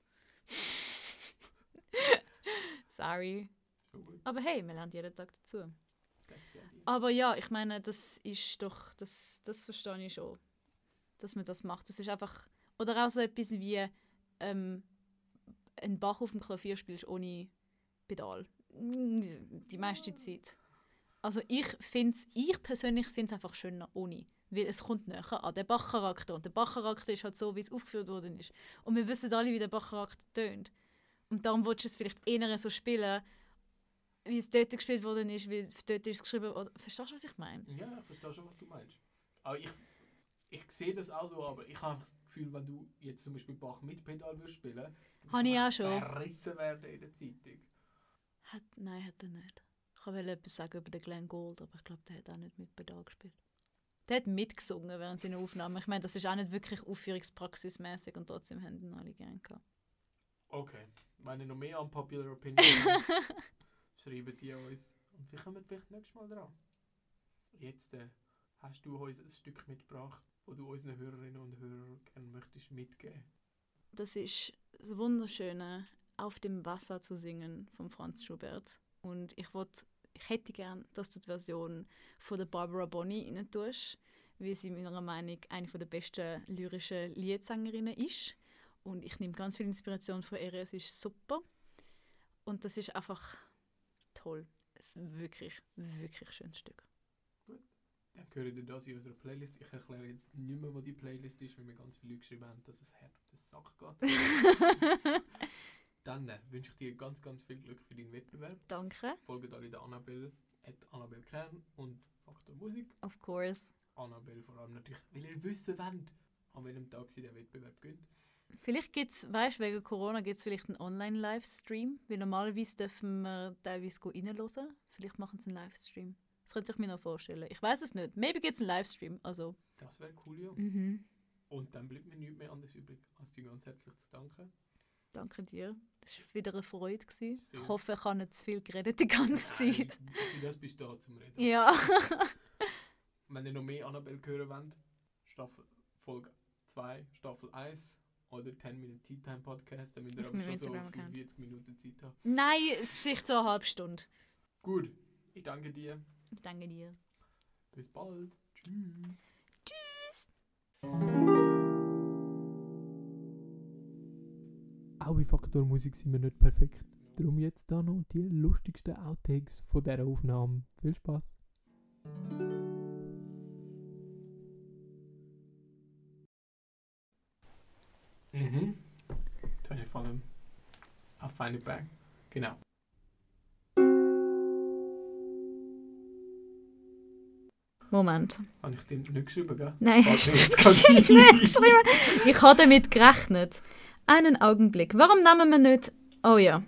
Sorry. So gut. Aber hey, wir lernen jeden Tag dazu. That's the idea. Aber ja, ich meine, das ist doch, das, das verstehe ich schon, dass man das macht. Das ist einfach, oder auch so etwas wie ähm, ein Bach auf dem Klavier spielst ohne Pedal. Die meiste Zeit. Also ich finde ich persönlich finde es einfach schöner ohne. Weil es kommt näher an den Bach-Charakter. Und der Bach-Charakter ist halt so, wie es aufgeführt worden ist. Und wir wissen alle, wie der Bach-Charakter tönt. Und darum willst du es vielleicht eher so spielen, wie es dort gespielt worden ist, wie dort ist es geschrieben worden. Verstehst du, was ich meine? Ja, ich verstehe schon, was du meinst. Aber ich, ich sehe das auch so, aber ich habe einfach das Gefühl, wenn du jetzt zum Beispiel Bach mit Pedal würdest spielen, Habe ich auch schon. verrissen werden in der Zeitung. Hat, nein, hat er nicht. Ich wollte etwas sagen über den Glenn Gould, aber ich glaube, der hat auch nicht mit Pedal gespielt. Der hat mitgesungen während seiner Aufnahmen. Ich meine, das ist auch nicht wirklich aufführungspraxismäßig und trotzdem haben ihn alle gerne gehabt. Okay, wenn ihr noch mehr unpopular Opinion habt, schreibt die uns. Und wir kommen vielleicht nächstes Mal dran. Jetzt äh, hast du uns ein Stück mitgebracht, das du unseren Hörerinnen und Hörern gerne möchtest mitgeben. Das ist das Wunderschöne, Auf dem Wasser zu singen von Franz Schubert. Und ich, wollt, ich hätte gern, dass du die Version von der Barbara Bonney rein tust, weil sie meiner Meinung nach eine der besten lyrischen Liedsängerinnen ist. Und ich nehme ganz viel Inspiration von ihr, es ist super. Und das ist einfach toll. Es ist ein wirklich, wirklich schönes Stück. Dann hören ihr das in unserer Playlist. Ich erkläre jetzt nicht mehr, wo die Playlist ist, weil wir ganz viele Leute geschrieben haben, dass es hart auf den Sack geht. Dann äh, wünsche ich dir ganz, ganz viel Glück für deinen Wettbewerb. Danke. Folgt alle der Annabelle, at Annabelle Kern und Faktor Musik. Of course. Annabelle vor allem natürlich, weil ihr wissen wollt, an welchem Tag sie den Wettbewerb gönnt. Vielleicht gibt es, weißt du, wegen Corona gibt es vielleicht einen Online-Livestream, weil normalerweise dürfen wir teilweise reinhören. Vielleicht machen sie einen Livestream. Das könnte ich mir noch vorstellen. Ich weiß es nicht. Maybe gibt es einen Livestream. Also. Das wäre cool, ja. Mhm. Und dann bleibt mir nichts mehr anderes übrig, als dir ganz herzlich zu danken. Danke dir. Das war wieder eine Freude. gewesen. Sehr. Ich hoffe, ich habe nicht zu viel geredet die ganze Zeit. Nein, für das bist du da zum Reden. Ja. Wenn ihr noch mehr Annabelle hören wollt, Staffel, Folge zwei, Staffel eins oder zehn Minuten Tea Time Podcast, dann müsst ihr Auf aber meinem schon so Instagram-Account. fünfundvierzig Minuten Zeit haben. Nein, es ist vielleicht so eine halbe Stunde. Gut, ich danke dir. Ich danke dir. Bis bald. Tschüss. Tschüss. Auch bei Faktor Musik sind wir nicht perfekt. Darum jetzt da noch die lustigsten Outtakes von dieser Aufnahme. Viel Spaß. Mhm. Jetzt habe ich vor allem auf Find It Back. Genau. Moment. Habe ich den nicht geschrieben, gell? Nein, Warte, hast du jetzt kann nicht ich- geschrieben? Ich habe damit gerechnet. Einen Augenblick. Warum nehmen wir nicht... Oh ja.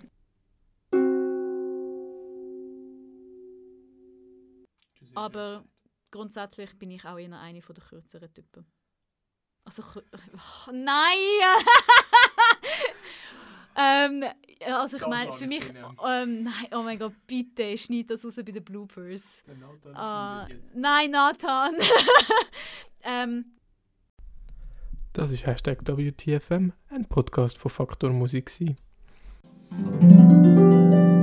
Aber grundsätzlich bin ich auch eher eine von der kürzeren Typen. Also, kür- oh, nein! Ähm, also ich Das meine, lasse für ich mich... drin, ja. Ähm, nein, oh mein Gott, bitte, schneid das raus bei den Bloopers. Der Nathan Ah, schneidet jetzt. nein, Nathan! ähm, Das ist Hashtag W T F M, ein Podcast von Faktor Musik.